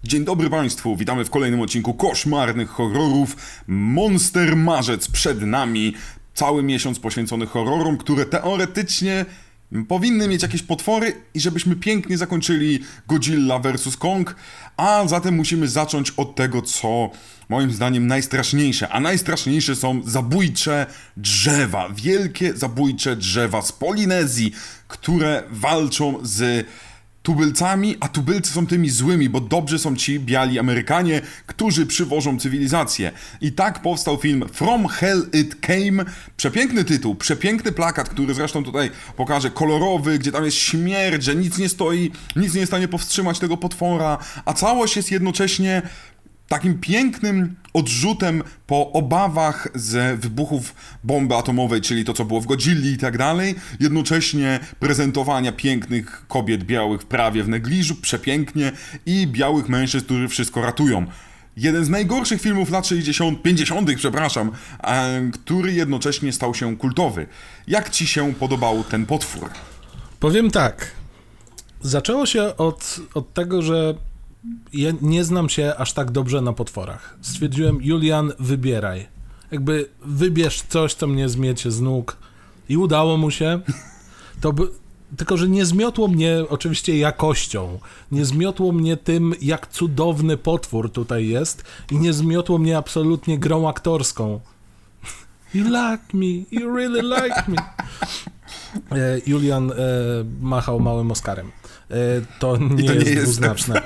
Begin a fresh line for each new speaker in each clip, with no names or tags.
Dzień dobry Państwu, witamy w kolejnym odcinku koszmarnych horrorów. Monster Marzec przed nami. Cały miesiąc poświęcony horrorom, które teoretycznie powinny mieć jakieś potwory i żebyśmy pięknie zakończyli Godzilla vs. Kong. A zatem musimy zacząć od tego, co moim zdaniem najstraszniejsze. A najstraszniejsze są zabójcze drzewa. Wielkie zabójcze drzewa z Polinezji, które walczą z tubylcami, a tubylcy są tymi złymi, bo dobrzy są ci biali Amerykanie, którzy przywożą cywilizację. I tak powstał film From Hell It Came. Przepiękny tytuł, przepiękny plakat, który zresztą tutaj pokażę, kolorowy, gdzie tam jest śmierć, że nic nie stoi, nic nie jest w stanie powstrzymać tego potwora, a całość jest jednocześnie takim pięknym odrzutem po obawach z wybuchów bomby atomowej, czyli to, co było w Godzilli i tak dalej, jednocześnie prezentowania pięknych kobiet białych w prawie w negliżu, przepięknie, i białych mężczyzn, którzy wszystko ratują. Jeden z najgorszych filmów lat 50., który jednocześnie stał się kultowy. Jak ci się podobał ten potwór?
Powiem tak. Zaczęło się od tego, że ja nie znam się aż tak dobrze na potworach. Stwierdziłem, Julian, wybieraj. Jakby wybierz coś, co mnie zmiecie z nóg. I udało mu się. Tylko, że nie zmiotło mnie oczywiście jakością. Nie zmiotło mnie tym, jak cudowny potwór tutaj jest. I nie zmiotło mnie absolutnie grą aktorską. You like me, you really like me. Julian machał małym Oscarem. To nie jest dwuznaczne.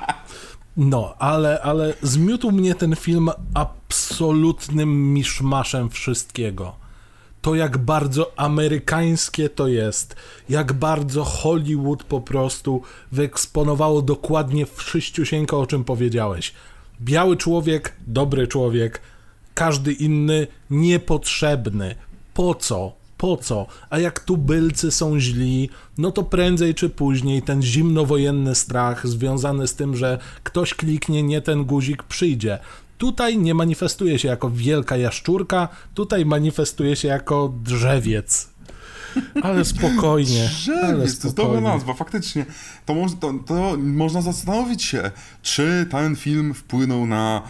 No, ale zmiótł mnie ten film absolutnym miszmaszem wszystkiego. To, jak bardzo amerykańskie to jest, jak bardzo Hollywood po prostu wyeksponowało dokładnie wszyściusieńko, o czym powiedziałeś. Biały człowiek, dobry człowiek, każdy inny niepotrzebny. Po co? Po co? A jak tubylcy są źli, no to prędzej czy później ten zimnowojenny strach związany z tym, że ktoś kliknie nie ten guzik, przyjdzie. Tutaj nie manifestuje się jako wielka jaszczurka, tutaj manifestuje się jako drzewiec. Ale spokojnie.
Drzewiec, to jest dobra nazwa, faktycznie. To można zastanowić się, czy ten film wpłynął na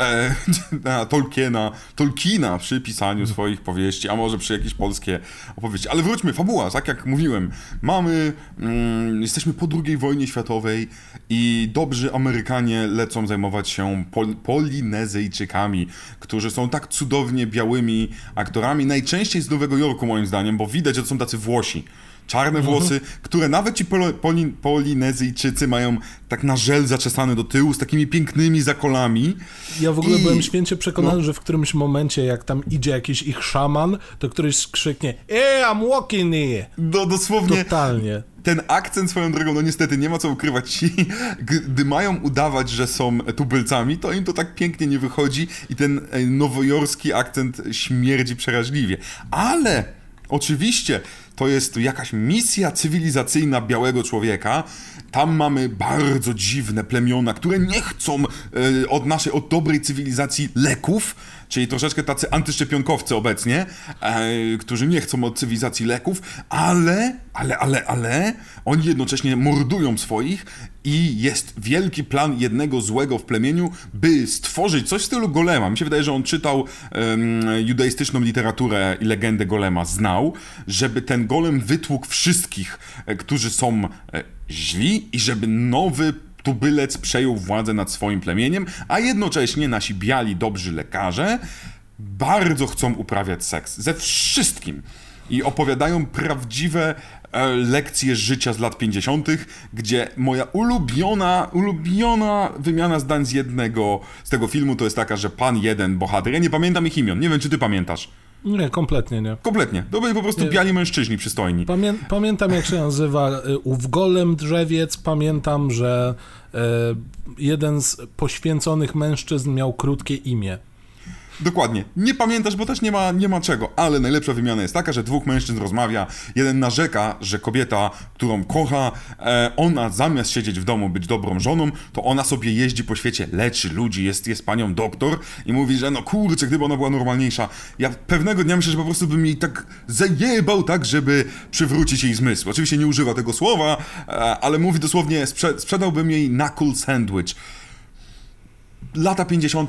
Tolkiena przy pisaniu swoich powieści, a może przy jakieś polskie opowieści. Ale wróćmy, fabuła, tak jak mówiłem. Jesteśmy po II wojnie światowej i dobrzy Amerykanie lecą zajmować się Polinezyjczykami, którzy są tak cudownie białymi aktorami, najczęściej z Nowego Jorku moim zdaniem, bo widać, że to są tacy Włosi. Czarne włosy, które nawet ci Polinezyjczycy mają tak na żel zaczesane do tyłu, z takimi pięknymi zakolami.
Ja w ogóle byłem święcie przekonany, że w którymś momencie, jak tam idzie jakiś ich szaman, to któryś skrzyknie I'm walking here!
Dosłownie.
Totalnie.
Ten akcent swoją drogą, no niestety nie ma co ukrywać, gdy mają udawać, że są tubylcami, to im to tak pięknie nie wychodzi i ten nowojorski akcent śmierdzi przeraźliwie. Ale oczywiście to jest jakaś misja cywilizacyjna białego człowieka. Tam mamy bardzo dziwne plemiona, które nie chcą od dobrej cywilizacji leków, czyli troszeczkę tacy antyszczepionkowcy obecnie, którzy nie chcą od cywilizacji leków, ale oni jednocześnie mordują swoich i jest wielki plan jednego złego w plemieniu, by stworzyć coś w stylu Golema. Mi się wydaje, że on czytał judaistyczną literaturę i legendę Golema, znał, żeby ten Golem wytłukł wszystkich, którzy są źli i żeby nowy tubylec przejął władzę nad swoim plemieniem, a jednocześnie nasi biali, dobrzy lekarze bardzo chcą uprawiać seks ze wszystkim i opowiadają prawdziwe lekcje życia z lat 50., gdzie moja ulubiona wymiana zdań z tego filmu to jest taka, że pan jeden bohater, ja nie pamiętam ich imion, nie wiem, czy ty pamiętasz.
Nie, kompletnie nie.
Kompletnie. To byli po prostu biali mężczyźni przystojni.
Pamiętam, jak się nazywa ów golem drzewiec. Pamiętam, że jeden z poświęconych mężczyzn miał krótkie imię.
Dokładnie. Nie pamiętasz, bo też nie ma czego, ale najlepsza wymiana jest taka, że dwóch mężczyzn rozmawia, jeden narzeka, że kobieta, którą kocha, ona zamiast siedzieć w domu, być dobrą żoną, to ona sobie jeździ po świecie, leczy ludzi, jest panią doktor i mówi, że no kurczę, gdyby ona była normalniejsza. Ja pewnego dnia myślę, że po prostu bym jej tak zajebał, tak, żeby przywrócić jej zmysł. Oczywiście nie używa tego słowa, ale mówi dosłownie, sprzedałbym jej knuckle sandwich. lata 50.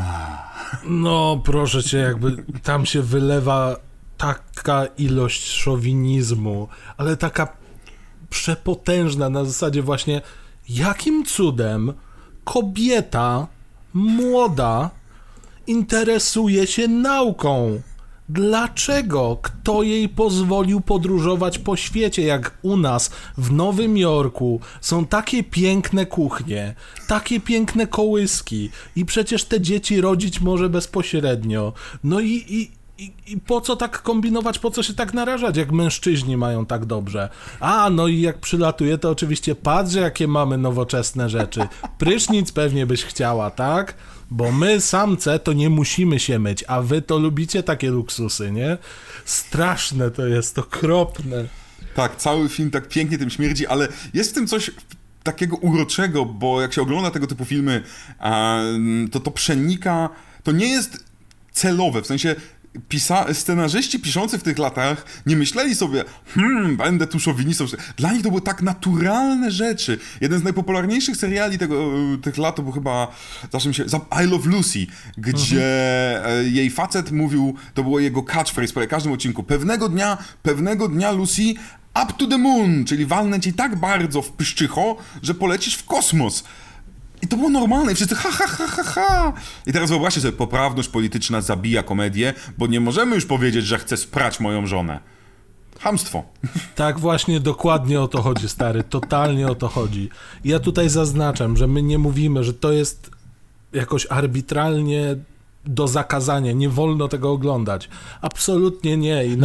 No proszę cię, jakby tam się wylewa taka ilość szowinizmu, ale taka przepotężna na zasadzie właśnie jakim cudem kobieta młoda interesuje się nauką. Dlaczego? Kto jej pozwolił podróżować po świecie, jak u nas w Nowym Jorku są takie piękne kuchnie, takie piękne kołyski i przecież te dzieci rodzić może bezpośrednio. No i po co tak kombinować, po co się tak narażać, jak mężczyźni mają tak dobrze? A, no i jak przylatuje, to oczywiście patrz, jakie mamy nowoczesne rzeczy. Prysznic pewnie byś chciała, tak? Bo my, samce, to nie musimy się myć, a wy to lubicie takie luksusy, nie? Straszne to jest, okropne.
Tak, cały film tak pięknie tym śmierdzi, ale jest w tym coś takiego uroczego, bo jak się ogląda tego typu filmy, to przenika, to nie jest celowe, w sensie scenarzyści piszący w tych latach nie myśleli sobie, będę tu szowinistą. Dla nich to były tak naturalne rzeczy. Jeden z najpopularniejszych seriali tych lat to był chyba, I Love Lucy, gdzie jej facet mówił, to było jego catchphrase po każdym odcinku, pewnego dnia Lucy, up to the moon, czyli walnę ci tak bardzo w pyszczycho, że polecisz w kosmos. I to było normalne, i wszyscy ha. I teraz wyobraźcie sobie, poprawność polityczna zabija komedię, bo nie możemy już powiedzieć, że chcę sprać moją żonę. Chamstwo.
Tak właśnie, dokładnie o to chodzi, stary, totalnie o to chodzi. Ja tutaj zaznaczam, że my nie mówimy, że to jest jakoś arbitralnie do zakazania, nie wolno tego oglądać. Absolutnie nie. I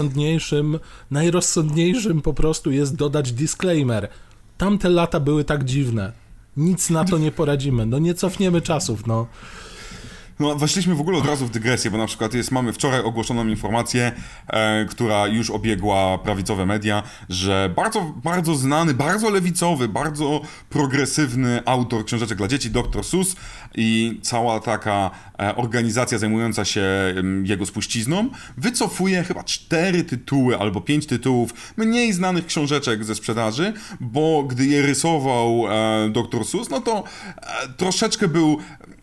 najrozsądniejszym po prostu jest dodać disclaimer. Tamte lata były tak dziwne. Nic na to nie poradzimy. No nie cofniemy czasów, no.
No, weszliśmy w ogóle od razu w dygresję, bo na przykład mamy wczoraj ogłoszoną informację, która już obiegła prawicowe media, że bardzo, bardzo znany, bardzo lewicowy, bardzo progresywny autor książeczek dla dzieci, Dr. Seuss i cała taka organizacja zajmująca się jego spuścizną, wycofuje chyba 4 tytuły albo 5 tytułów mniej znanych książeczek ze sprzedaży, bo gdy je rysował Dr. Seuss, no to troszeczkę był,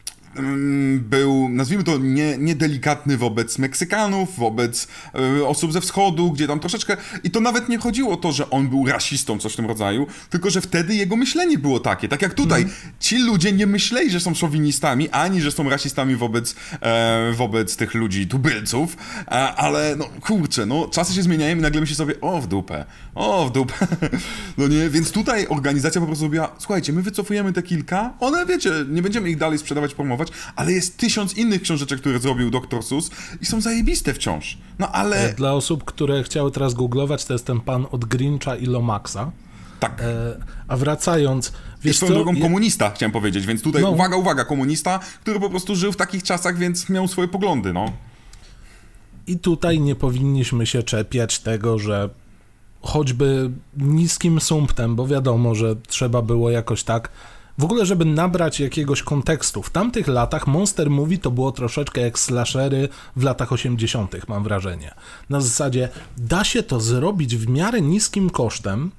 nazwijmy to, niedelikatny wobec Meksykanów, wobec osób ze wschodu, gdzie tam troszeczkę... I to nawet nie chodziło o to, że on był rasistą, coś w tym rodzaju, tylko że wtedy jego myślenie było takie. Tak jak tutaj. Ci ludzie nie myśleli, że są szowinistami, ani że są rasistami wobec tych ludzi, tubylców, ale no kurczę, no czasy się zmieniają i nagle myśli sobie, o w dupę. No nie, więc tutaj organizacja po prostu zrobiła, słuchajcie, my wycofujemy te kilka, one, wiecie, nie będziemy ich dalej sprzedawać, promować, ale jest 1000 innych książeczek, które zrobił Dr. Seuss i są zajebiste wciąż. No ale...
Dla osób, które chciały teraz googlować, to jest ten pan od Grincha i Lomaxa.
Tak.
A wracając...
Wiesz swoją drogą komunista, chciałem powiedzieć, więc tutaj uwaga, komunista, który po prostu żył w takich czasach, więc miał swoje poglądy, no.
I tutaj nie powinniśmy się czepiać tego, że choćby niskim sumptem, bo wiadomo, że trzeba było jakoś tak... W ogóle, żeby nabrać jakiegoś kontekstu. W tamtych latach Monster Movie to było troszeczkę jak slashery w latach 80., mam wrażenie. Na zasadzie da się to zrobić w miarę niskim kosztem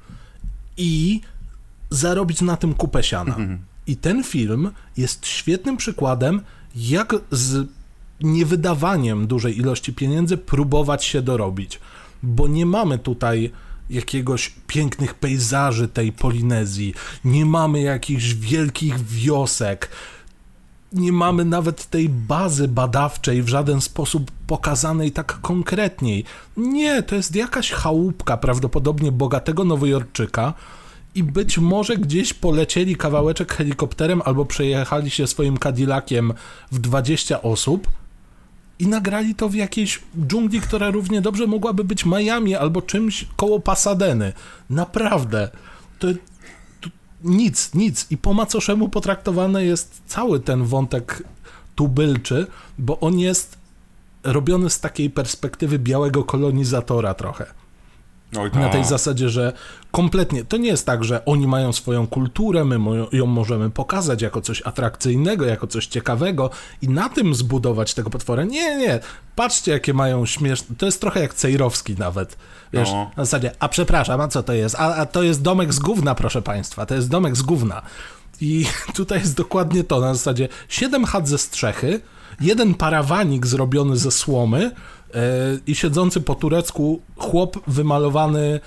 i zarobić na tym kupę siana. I ten film jest świetnym przykładem, jak z niewydawaniem dużej ilości pieniędzy próbować się dorobić. Bo nie mamy tutaj jakiegoś pięknych pejzaży tej Polinezji, nie mamy jakichś wielkich wiosek, nie mamy nawet tej bazy badawczej w żaden sposób pokazanej tak konkretniej. Nie, to jest jakaś chałupka prawdopodobnie bogatego Nowojorczyka i być może gdzieś polecieli kawałeczek helikopterem albo przejechali się swoim Cadillaciem w 20 osób i nagrali to w jakiejś dżungli, która równie dobrze mogłaby być Miami albo czymś koło Pasadeny. Naprawdę. To nic. I po macoszemu potraktowany jest cały ten wątek tubylczy, bo on jest robiony z takiej perspektywy białego kolonizatora trochę. Na tej zasadzie, że kompletnie, to nie jest tak, że oni mają swoją kulturę, my ją możemy pokazać jako coś atrakcyjnego, jako coś ciekawego i na tym zbudować tego potwora. Nie, patrzcie jakie mają śmieszne, to jest trochę jak Cejrowski nawet, wiesz, na zasadzie, a przepraszam, a co to jest? A to jest domek z gówna, proszę państwa, to jest domek z gówna. I tutaj jest dokładnie to, na zasadzie 7 chat ze strzechy, jeden parawanik zrobiony ze słomy i siedzący po turecku chłop wymalowany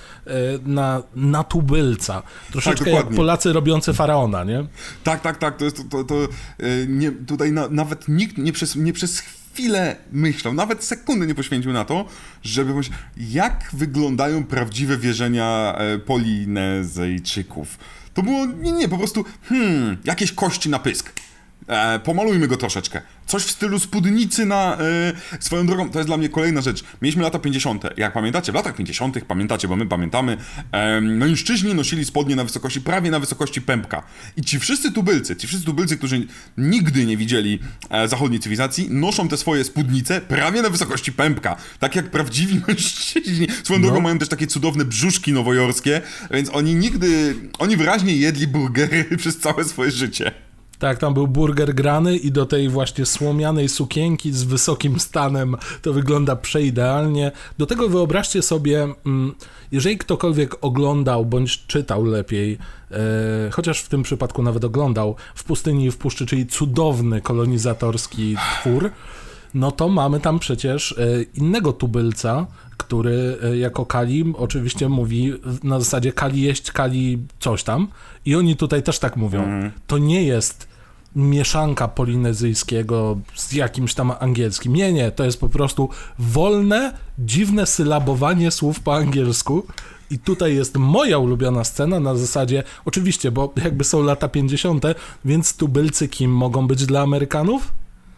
na tubylca. Troszeczkę tak, jak Polacy robiący faraona, nie?
Tak. To nie, tutaj nawet nikt nie przez chwilę myślał, nawet sekundy nie poświęcił na to, żeby myśleć, jak wyglądają prawdziwe wierzenia Polinezyjczyków. To było, po prostu, jakieś kości na pysk. Pomalujmy go troszeczkę. Coś w stylu spódnicy na... swoją drogą, to jest dla mnie kolejna rzecz. Mieliśmy lata 50. Jak pamiętacie? W latach 50. pamiętacie, bo my pamiętamy, mężczyźni nosili spodnie na wysokości, prawie na wysokości pępka. I ci wszyscy tubylcy, którzy nigdy nie widzieli zachodniej cywilizacji, noszą te swoje spódnice prawie na wysokości pępka. Tak jak prawdziwi mężczyźni. Swoją drogą mają też takie cudowne brzuszki nowojorskie, więc oni wyraźnie jedli burgery przez całe swoje życie.
Tak, tam był burger grany i do tej właśnie słomianej sukienki z wysokim stanem to wygląda przeidealnie. Do tego wyobraźcie sobie, jeżeli ktokolwiek oglądał bądź czytał lepiej, chociaż w tym przypadku nawet oglądał W pustyni i w puszczy, czyli cudowny kolonizatorski twór, no to mamy tam przecież innego tubylca, który jako Kali oczywiście mówi na zasadzie Kali jeść, Kali coś tam i oni tutaj też tak mówią. To nie jest mieszanka polinezyjskiego z jakimś tam angielskim. Nie, to jest po prostu wolne, dziwne sylabowanie słów po angielsku i tutaj jest moja ulubiona scena na zasadzie, oczywiście, bo jakby są lata 50., więc tubylcy kim mogą być dla Amerykanów?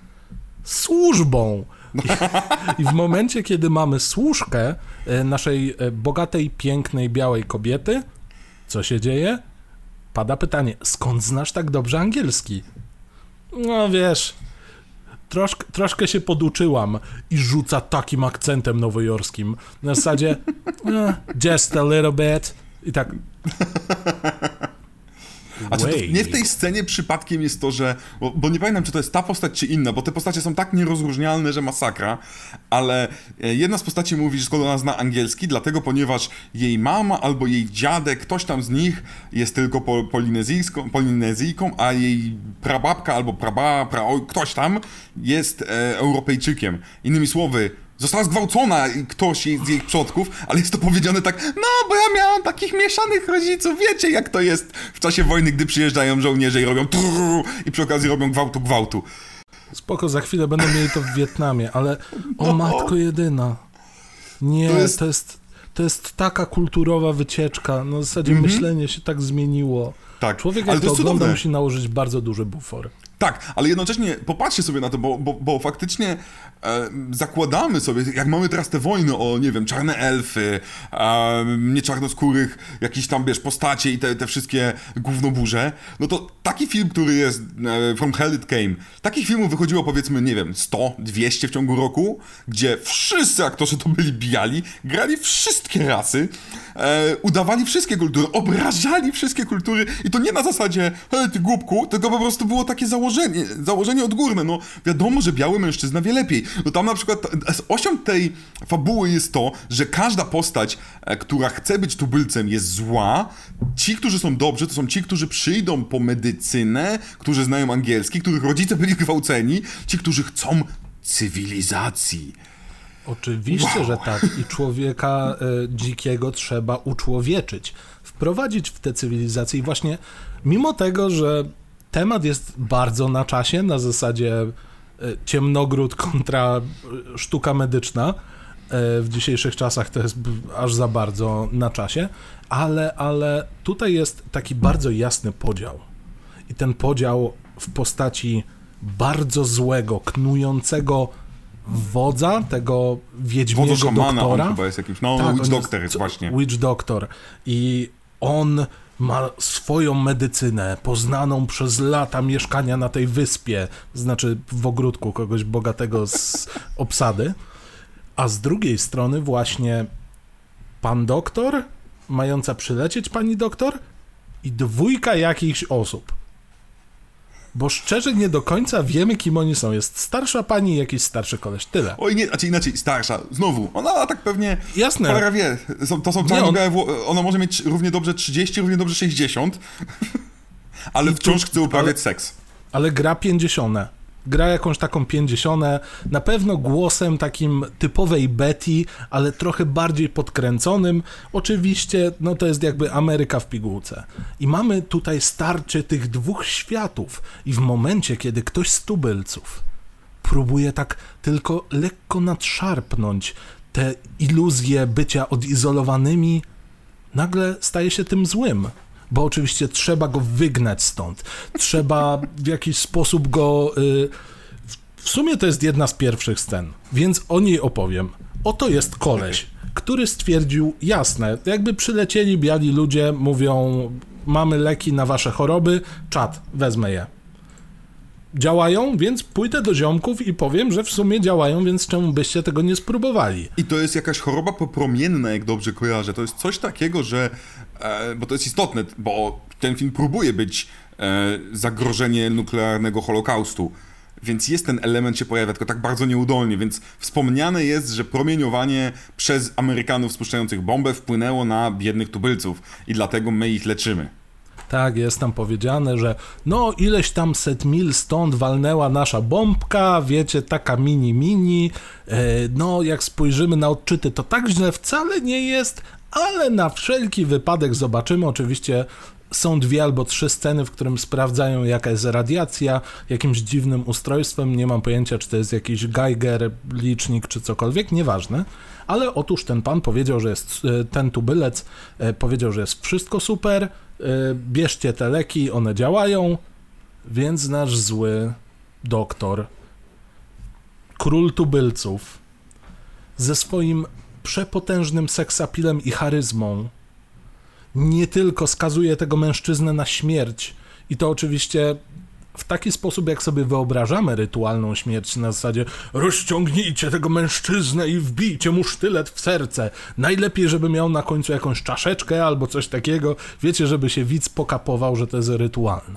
Służbą. I w momencie, kiedy mamy służkę naszej bogatej, pięknej, białej kobiety, co się dzieje? Pada pytanie, skąd znasz tak dobrze angielski? No wiesz, troszkę się poduczyłam i rzuca takim akcentem nowojorskim. Na zasadzie, just a little bit. I tak...
A czy to nie w tej scenie przypadkiem jest to, że... Bo nie pamiętam, czy to jest ta postać, czy inna, bo te postacie są tak nierozróżnialne, że masakra, ale jedna z postaci mówi, że skoro ona zna angielski, dlatego ponieważ jej mama albo jej dziadek, ktoś tam z nich jest tylko Polinezyjką, a jej prababka albo ktoś tam jest Europejczykiem. Innymi słowy, została zgwałcona ktoś z ich przodków, ale jest to powiedziane tak, no bo ja miałam takich mieszanych rodziców, wiecie jak to jest w czasie wojny, gdy przyjeżdżają żołnierze i robią i przy okazji robią gwałtu.
Spoko, za chwilę będą mieli to w Wietnamie, ale o matko jedyna. Nie, to jest taka kulturowa wycieczka, no w zasadzie myślenie się tak zmieniło. Tak. Człowiek jak to ogląda musi nałożyć bardzo duży bufor.
Tak, ale jednocześnie popatrzcie sobie na to, bo faktycznie zakładamy sobie, jak mamy teraz te wojny o, nie wiem, czarne elfy, nieczarnoskórych, jakieś tam, wiesz, postacie i te wszystkie gównoburze, no to taki film, który jest From Hell It Came, takich filmów wychodziło powiedzmy, nie wiem, 100, 200 w ciągu roku, gdzie wszyscy aktorzy to byli bijali, grali wszystkie rasy, udawali wszystkie kultury, obrażali wszystkie kultury i to nie na zasadzie, hej ty głupku, tylko po prostu było takie założenie odgórne, no wiadomo, że biały mężczyzna wie lepiej. No tam na przykład osią tej fabuły jest to, że każda postać, która chce być tubylcem jest zła, ci, którzy są dobrzy, to są ci, którzy przyjdą po medycynę, którzy znają angielski, których rodzice byli gwałceni, ci, którzy chcą cywilizacji.
Oczywiście, że tak. I człowieka dzikiego trzeba uczłowieczyć, wprowadzić w tę cywilizację i właśnie mimo tego, że temat jest bardzo na czasie, na zasadzie ciemnogród kontra sztuka medyczna, w dzisiejszych czasach to jest aż za bardzo na czasie, ale tutaj jest taki bardzo jasny podział. I ten podział w postaci bardzo złego, knującego wodza, tego wiedźmiego doktora.
On chyba jest jakimś, Witch Doctor jest właśnie.
Witch Doctor. I on ma swoją medycynę, poznaną przez lata mieszkania na tej wyspie, znaczy w ogródku kogoś bogatego z obsady, a z drugiej strony właśnie pan doktor, mająca przylecieć pani doktor i 2 jakichś osób. Bo szczerze nie do końca wiemy, kim oni są. Jest starsza pani i jakiś starszy koleś. Tyle.
Oj, nie, znaczy inaczej, starsza. Znowu, ona tak pewnie...
Jasne.
Cholera wie. To są ona może mieć równie dobrze 30, równie dobrze 60. Ale wciąż chce uprawiać seks.
Ale gra 50. Gra jakąś taką 50, na pewno głosem takim typowej Betty, ale trochę bardziej podkręconym. Oczywiście, no to jest jakby Ameryka w pigułce. I mamy tutaj starcie tych dwóch światów. I w momencie, kiedy ktoś z tubylców próbuje tak tylko lekko nadszarpnąć te iluzje bycia odizolowanymi, nagle staje się tym złym. Bo oczywiście trzeba go wygnać stąd. Trzeba w jakiś sposób go... W sumie to jest jedna z pierwszych scen, więc o niej opowiem. Oto jest koleś, który stwierdził, jasne, jakby przylecieli biali ludzie, mówią, mamy leki na wasze choroby, czad, wezmę je. Działają, więc pójdę do ziomków i powiem, że w sumie działają, więc czemu byście tego nie spróbowali?
I to jest jakaś choroba popromienna, jak dobrze kojarzę. To jest coś takiego, że... bo to jest istotne, bo ten film próbuje być zagrożenie nuklearnego holokaustu. Więc jest ten element się pojawia, tylko tak bardzo nieudolnie. Więc wspomniane jest, że promieniowanie przez Amerykanów spuszczających bombę wpłynęło na biednych tubylców. I dlatego my ich leczymy.
Tak, jest tam powiedziane, że no ileś tam set mil stąd walnęła nasza bombka, wiecie, taka mini, no jak spojrzymy na odczyty, to tak źle wcale nie jest, ale na wszelki wypadek zobaczymy. Oczywiście są 2 albo 3 sceny, w którym sprawdzają, jaka jest radiacja, jakimś dziwnym ustrojstwem, nie mam pojęcia, czy to jest jakiś Geiger, licznik, czy cokolwiek, nieważne, ale otóż ten pan powiedział, że jest, ten tubylec powiedział, że jest wszystko super, bierzcie te leki, one działają, więc nasz zły doktor, król tubylców, ze swoim przepotężnym seksapilem i charyzmą nie tylko skazuje tego mężczyznę na śmierć, i to oczywiście w taki sposób, jak sobie wyobrażamy rytualną śmierć, na zasadzie rozciągnijcie tego mężczyznę i wbijcie mu sztylet w serce. Najlepiej, żeby miał na końcu jakąś czaszeczkę albo coś takiego, wiecie, żeby się widz pokapował, że to jest rytualne.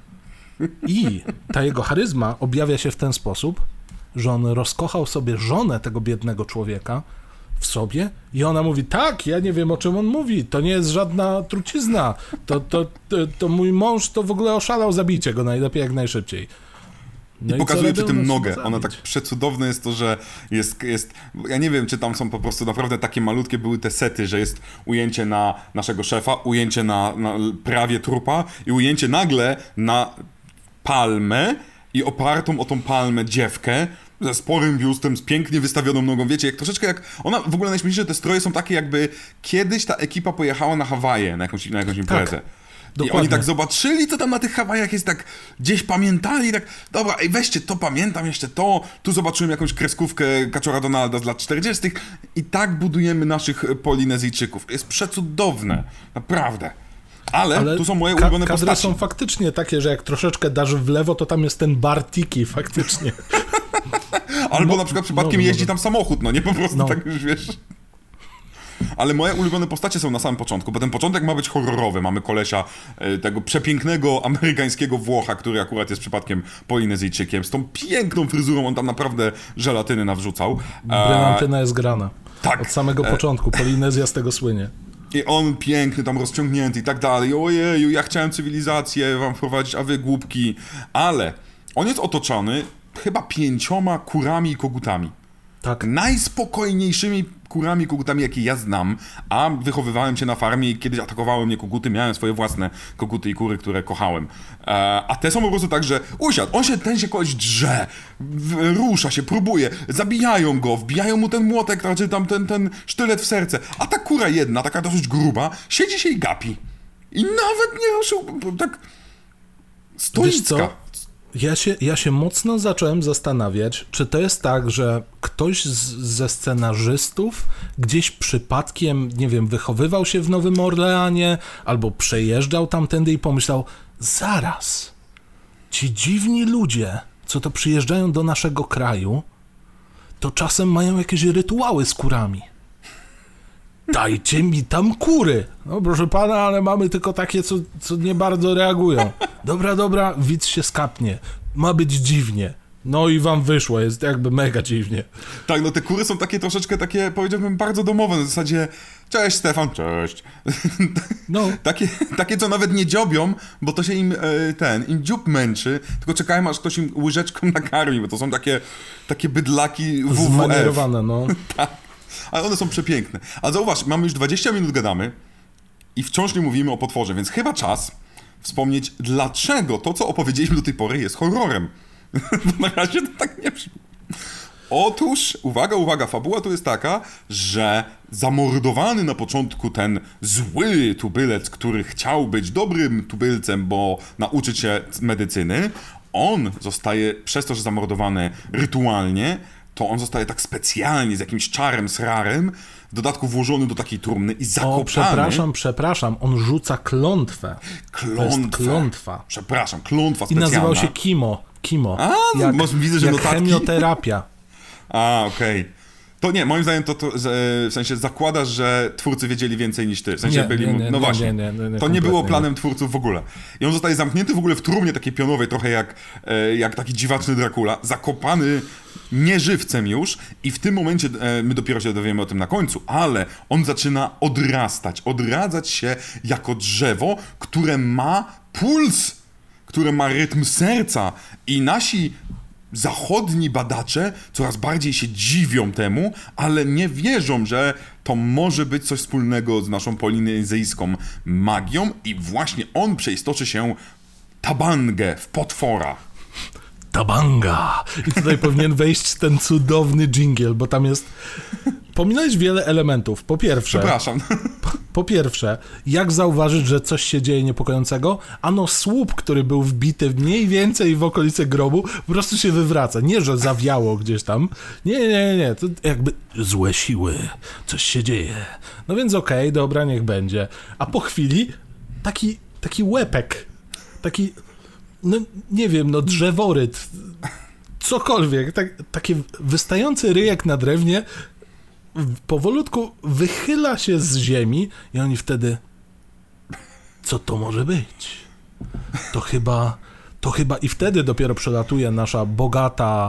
I ta jego charyzma objawia się w ten sposób, że on rozkochał sobie żonę tego biednego człowieka w sobie i ona mówi, tak, ja nie wiem, o czym on mówi, to nie jest żadna trucizna, to mój mąż to w ogóle oszalał, zabijcie go najlepiej jak najszybciej.
No i pokazuje przy tym nogę. Ona tak przecudowne jest to, że jest... Ja nie wiem, czy tam są po prostu naprawdę takie malutkie były te sety, że jest ujęcie na naszego szefa, ujęcie na prawie trupa i ujęcie nagle na palmę i opartą o tą palmę dziewkę ze sporym biustem, z pięknie wystawioną nogą. Wiecie, jak troszeczkę jak... Ona w ogóle najśmieszniejsze, że te stroje są takie, jakby kiedyś ta ekipa pojechała na Hawaje na jakąś imprezę. Tak. I oni tak zobaczyli, co tam na tych Hawajach jest, tak gdzieś pamiętali, tak, dobra, ej, weźcie to, pamiętam jeszcze to, tu zobaczyłem jakąś kreskówkę Kaczora Donalda z lat 40. i tak budujemy naszych Polinezyjczyków. Jest przecudowne, naprawdę. Ale tu są moje ulubione postacie.
Kadry są faktycznie takie, że jak troszeczkę dasz w lewo, to tam jest ten bar Tiki, faktycznie.
Albo na przykład przypadkiem jeździ tam samochód, no nie, po prostu tak już wiesz... Ale moje ulubione postacie są na samym początku, bo ten początek ma być horrorowy. Mamy kolesia, tego przepięknego amerykańskiego Włocha, który akurat jest przypadkiem Polinezyjczykiem, z tą piękną fryzurą, on tam naprawdę żelatyny nawrzucał.
Brylantyna jest grana.
Tak.
Od samego początku, Polinezja z tego słynie.
I on piękny, tam rozciągnięty i tak dalej. Ojeju, ja chciałem cywilizację wam wprowadzić, a wy głupki. Ale on jest otoczony chyba 5 kurami i kogutami. Tak. Najspokojniejszymi kurami i kogutami, jakie ja znam, a wychowywałem się na farmie i kiedyś atakowały mnie koguty, miałem swoje własne koguty i kury, które kochałem. A te są po prostu tak, że usiadł, ten się kogoś drze, rusza się, próbuje, zabijają go, wbijają mu ten młotek, znaczy tam ten sztylet w serce, a ta kura jedna, taka dosyć gruba, siedzi się i gapi. I nawet nie ruszył, tak stoicka.
Ja się mocno zacząłem zastanawiać, czy to jest tak, że ktoś ze scenarzystów gdzieś przypadkiem, nie wiem, wychowywał się w Nowym Orleanie albo przejeżdżał tamtędy i pomyślał, zaraz, ci dziwni ludzie, co to przyjeżdżają do naszego kraju, to czasem mają jakieś rytuały z kurami. Dajcie mi tam kury. No proszę pana, ale mamy tylko takie, co nie bardzo reagują. Dobra, widz się skapnie. Ma być dziwnie. No i wam wyszło, jest jakby mega dziwnie.
Tak, no te kury są takie troszeczkę takie, powiedziałbym, bardzo domowe. Na zasadzie, Cześć Stefan, cześć.
No.
Takie, co nawet nie dziobią, bo to się im dziób męczy, tylko czekają, aż ktoś im łyżeczką nakarmi, bo to są takie bydlaki WWF.
Zmanierowane, no.
Tak, ale one są przepiękne. Ale zauważ, mamy już 20 minut gadamy i wciąż nie mówimy o potworze, więc chyba czas wspomnieć, dlaczego to, co opowiedzieliśmy do tej pory, jest horrorem. Bo na razie to tak nie brzmi. Otóż, uwaga, fabuła tu jest taka, że zamordowany na początku ten zły tubylec, który chciał być dobrym tubylcem, bo nauczyć się medycyny, on zostaje, przez to, że zamordowany rytualnie, to on zostaje tak specjalnie z jakimś czarem srarem, w dodatku włożony do takiej trumny i zakopany.
Przepraszam, on rzuca klątwę. To jest klątwa.
Przepraszam, klątwa specjalna.
I nazywał się Kimo.
Widzę, że
jak
notatki.
Chemioterapia.
Okej. To nie, moim zdaniem w sensie zakładasz, że twórcy wiedzieli więcej niż ty. W sensie no właśnie. To nie było planem twórców w ogóle. I on zostaje zamknięty w ogóle w trumnie takiej pionowej, trochę jak taki dziwaczny Dracula, zakopany nieżywcem już i w tym momencie my dopiero się dowiemy o tym na końcu, ale on zaczyna odradzać się jako drzewo, które ma puls, które ma rytm serca i nasi zachodni badacze coraz bardziej się dziwią temu, ale nie wierzą, że to może być coś wspólnego z naszą polinezyjską magią i właśnie on przeistoczy się Tabangę w potwora.
Tabanga! I tutaj powinien wejść ten cudowny dżingiel, bo tam jest... Pominąłeś wiele elementów.
Przepraszam.
Po pierwsze, jak zauważyć, że coś się dzieje niepokojącego? Ano słup, który był wbity mniej więcej w okolice grobu, po prostu się wywraca. Nie, że zawiało gdzieś tam. Nie. To jakby złe siły. Coś się dzieje. No więc okej, dobra, niech będzie. A po chwili taki łepek. Taki, no nie wiem, no drzeworyt. Cokolwiek. Taki wystający ryjek na drewnie powolutku wychyla się z ziemi i oni wtedy... Co to może być? To chyba i wtedy dopiero przelatuje nasza bogata,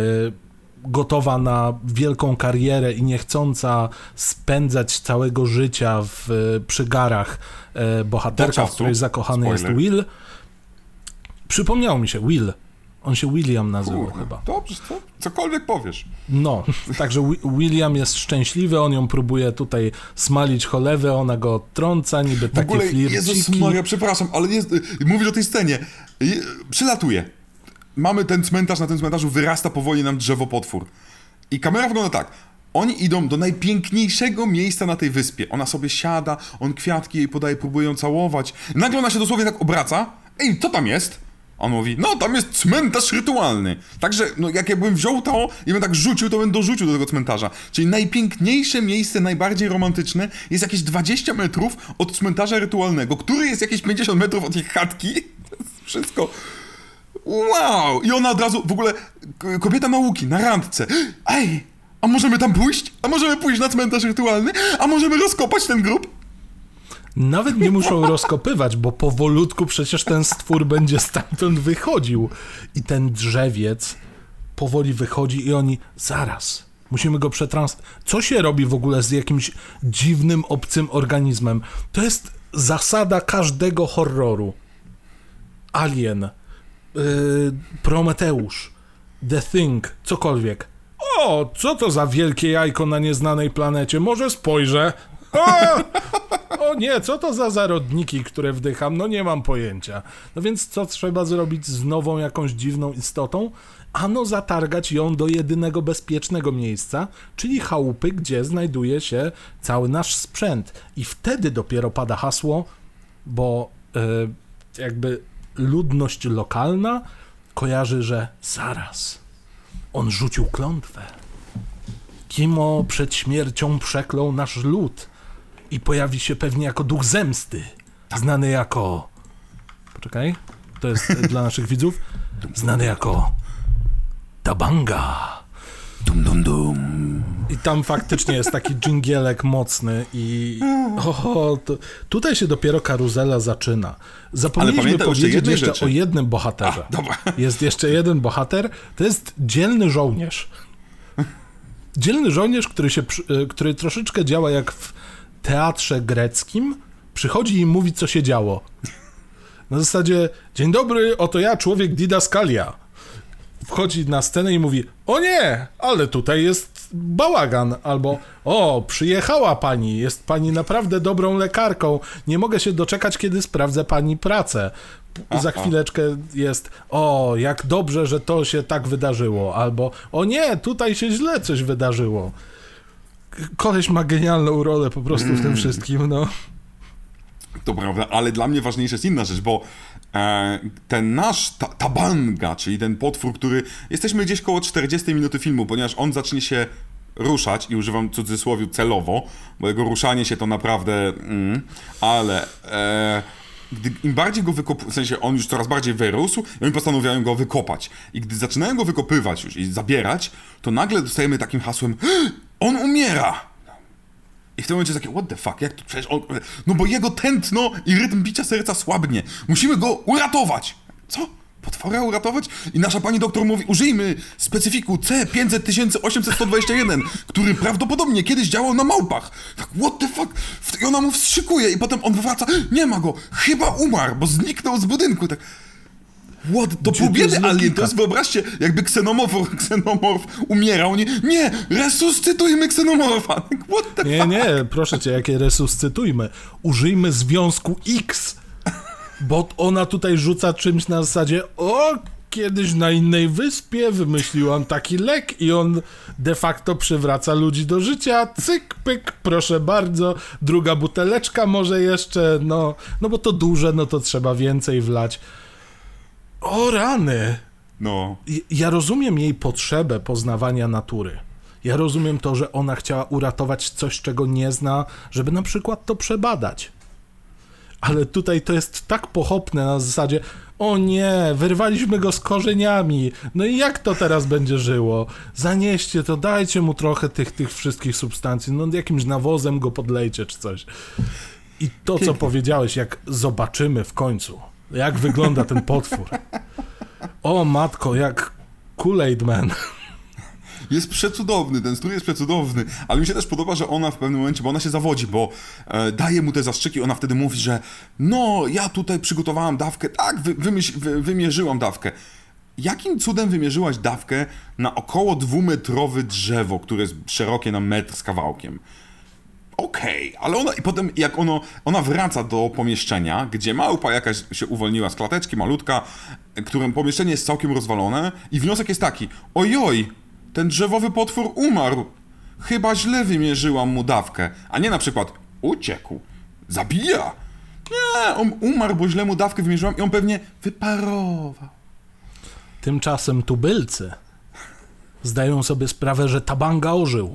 gotowa na wielką karierę i niechcąca spędzać całego życia w przygarach bohaterka, w której zakochany jest Will. Przypomniało mi się, Will. On się William nazywał chyba.
Dobrze, cokolwiek powiesz.
No, także William jest szczęśliwy, on ją próbuje tutaj smalić cholewę, ona go odtrąca, niby takie flirciki.
Jezus Maria, przepraszam, ale mówisz o tej scenie. Przylatuje. Mamy ten cmentarz, na tym cmentarzu wyrasta powoli nam drzewo potwór. I kamera wygląda tak. Oni idą do najpiękniejszego miejsca na tej wyspie. Ona sobie siada, on kwiatki jej podaje, próbuje ją całować. Nagle ona się dosłownie tak obraca. Ej, co tam jest? On mówi, no tam jest cmentarz rytualny. Także, no jak ja bym wziął to i bym tak rzucił, to bym dorzucił do tego cmentarza. Czyli najpiękniejsze miejsce, najbardziej romantyczne jest jakieś 20 metrów od cmentarza rytualnego, który jest jakieś 50 metrów od ich chatki. To jest wszystko... Wow! I ona od razu, w ogóle, kobieta nauki, na randce. Ej, a możemy tam pójść? A możemy pójść na cmentarz rytualny? A możemy rozkopać ten grób?
Nawet nie muszą rozkopywać, bo powolutku przecież ten stwór będzie stamtąd wychodził. I ten drzewiec powoli wychodzi i oni, zaraz, musimy go Co się robi w ogóle z jakimś dziwnym, obcym organizmem? To jest zasada każdego horroru. Alien, Prometeusz, The Thing, cokolwiek. O, co to za wielkie jajko na nieznanej planecie? Może spojrzę? O nie, co to za zarodniki, które wdycham? No nie mam pojęcia. No więc co trzeba zrobić z nową jakąś dziwną istotą? Ano zatargać ją do jedynego bezpiecznego miejsca, czyli chałupy, gdzie znajduje się cały nasz sprzęt. I wtedy dopiero pada hasło, bo jakby ludność lokalna kojarzy, że zaraz, on rzucił klątwę. Kimo przed śmiercią przeklął nasz lud. I pojawi się pewnie jako duch zemsty, znany jako... Poczekaj, to jest dla naszych widzów. Znany jako Tabanga.
Dum, dum, dum.
I tam faktycznie jest taki dżingielek mocny i... tutaj się dopiero karuzela zaczyna. Zapomnieliśmy powiedzieć jeszcze o jednym bohaterze. Jest jeszcze jeden bohater, to jest dzielny żołnierz. Dzielny żołnierz, który troszeczkę działa jak w teatrze greckim przychodzi i mówi, co się działo. Na zasadzie, dzień dobry, oto ja, człowiek Didaskalia. Wchodzi na scenę i mówi, o nie, ale tutaj jest bałagan, albo o, przyjechała pani, jest pani naprawdę dobrą lekarką, nie mogę się doczekać, kiedy sprawdzę pani pracę. Za chwileczkę jest, o, jak dobrze, że to się tak wydarzyło, albo o nie, tutaj się źle coś wydarzyło. Koleś ma genialną rolę po prostu w tym wszystkim, no.
To prawda, ale dla mnie ważniejsza jest inna rzecz, bo ten nasz Tabanga, czyli ten potwór, który... Jesteśmy gdzieś koło 40 minuty filmu, ponieważ on zacznie się ruszać, i używam cudzysłowiu celowo, bo jego ruszanie się to naprawdę... ale... im bardziej go w sensie on już coraz bardziej wyrósł i oni postanawiają go wykopać. I gdy zaczynają go wykopywać już i zabierać, to nagle dostajemy takim hasłem: on umiera! I w tym momencie jest takie, what the fuck, jak to przecież on... No bo jego tętno i rytm bicia serca słabnie. Musimy go uratować! Co? Potwora uratować? I nasza pani doktor mówi, użyjmy specyfiku C500821, który prawdopodobnie kiedyś działał na małpach. Tak, what the fuck? I ona mu wstrzykuje i potem on wywraca, nie ma go, chyba umarł, bo zniknął z budynku. Tak, what? To pół biedy alien, to jest, wyobraźcie, jakby ksenomorf umierał, nie, resuscytujmy ksenomorfa. What the fuck?
Nie, proszę cię, jakie resuscytujmy? Użyjmy związku X. Bo ona tutaj rzuca czymś na zasadzie, o, kiedyś na innej wyspie wymyśliłam taki lek i on de facto przywraca ludzi do życia, cyk, pyk, proszę bardzo, druga buteleczka może jeszcze, no bo to duże, no to trzeba więcej wlać. O rany!
No.
Ja rozumiem jej potrzebę poznawania natury. Ja rozumiem to, że ona chciała uratować coś, czego nie zna, żeby na przykład to przebadać. Ale tutaj to jest tak pochopne na zasadzie, o nie, wyrwaliśmy go z korzeniami, no i jak to teraz będzie żyło? Zanieście to, dajcie mu trochę tych wszystkich substancji, no jakimś nawozem go podlejcie czy coś. I to, co powiedziałeś, jak zobaczymy w końcu, jak wygląda ten potwór. O matko, jak Kool-Aid Man.
Jest przecudowny, ten strój jest przecudowny, ale mi się też podoba, że ona w pewnym momencie, bo ona się zawodzi, bo daje mu te zastrzyki, ona wtedy mówi, że no, ja tutaj przygotowałam dawkę, tak, wymierzyłam dawkę. Jakim cudem wymierzyłaś dawkę na około 2-metrowe drzewo, które jest szerokie na metr z kawałkiem? Okej, ale ona, i potem jak ona wraca do pomieszczenia, gdzie małpa jakaś się uwolniła z klateczki, malutka, którym pomieszczenie jest całkiem rozwalone i wniosek jest taki, ojoj, ten drzewowy potwór umarł. Chyba źle wymierzyłam mu dawkę. A nie na przykład uciekł. Zabija. Nie, on umarł, bo źle mu dawkę wymierzyłam i on pewnie wyparował.
Tymczasem tubylcy zdają sobie sprawę, że Tabanga ożył.